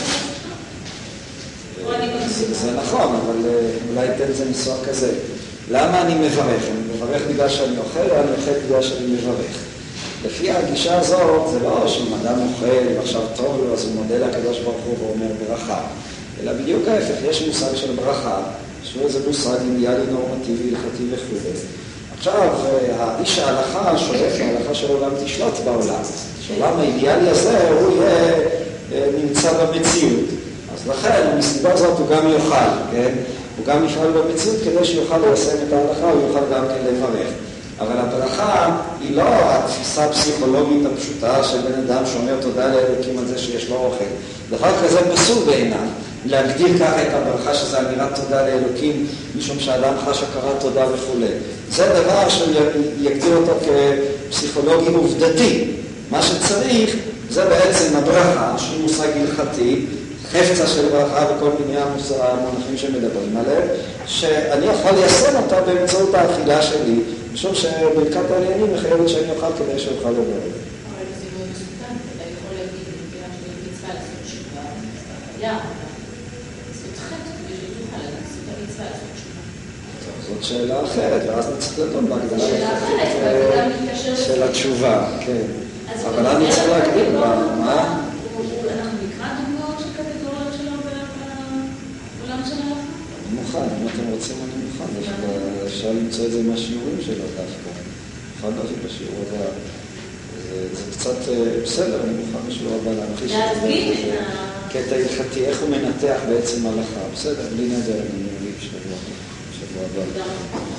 בעולם. זה נכון, אבל אולי תן לזה ניסוח כזה. למה אני מברך? אני מברך בגלל שאני אוכל, או אני אוכל בגלל שאני מברך? לפי הגישה הזאת, זה לא שאם אדם אוכל ועכשיו טוב לו, אז הוא מודה לקדוש ברוך הוא ואומר ברכה. אלא בדיוק ההפך, יש מושג של ברכה, שהוא איזה מושג אידיאלי נורמטיבי, הלכתי וכו'. עכשיו, האיש ההלכה שואף, ההלכה של העולם תשלוט בעולם. שהעולם האידיאלי הזה, הוא יהיה נמצא במציאות. אז לכן, מסיבה זאת הוא גם יוכל, כן? הוא גם יפעל במציאות כדי שיוכל ליישם את ההלכה, הוא יוכל גם כן לברך. אבל הברכה היא לא התפיסה הפסיכולוגית הפשוטה של בן אדם שאומר תודה לאלוקים על זה שיש לו אוכל. דבר כזה פסול בעיניי. להגדיר ככה את הברכה, שזה אמירת תודה לאלוקים, משום שהאדם חש הכרת תודה וכו'. זה דבר שיגדיר אותו כפסיכולוגי עובדתי. מה שצריך זה בעצם הברכה, שהיא מושג הלכתי, חפצה של ברכה וכל מיני המונחים שמדברים עליהם, שאני יכול ליישם אותה באמצעות האכילה שלי, משום שברכת העניינים מחייבת שאני אוכל כדי שאוכל לדבר. אבל זה מאוד מסוכן, אתה יכול להגיד, בגלל שאני מצווה לעשות תשובה, היה, לעשות חטא כדי שתוכל לעשות המצווה לעשות תשובה. זאת שאלה אחרת, ואז נצטרך לדון בהגדלה שאלה אחרת, אבל גם מתקשר של התשובה, כן. אבל אני צריך להגדיר מה? אנחנו נקרא דוגמאות של קטגוריות שלו בעולם של ההלכה? אני מוכן, אם אתם רוצים אני מוכן, אפשר למצוא את זה מהשיעורים שלו דווקא. מוכן להביא בשיעור הבא. זה קצת בסדר, אני מוכן בשיעור הבא להמחיש את זה. קטע הלכתי, איך הוא מנתח בעצם הלכה. בסדר, בלי נדר, אני מביא בשבוע הבא.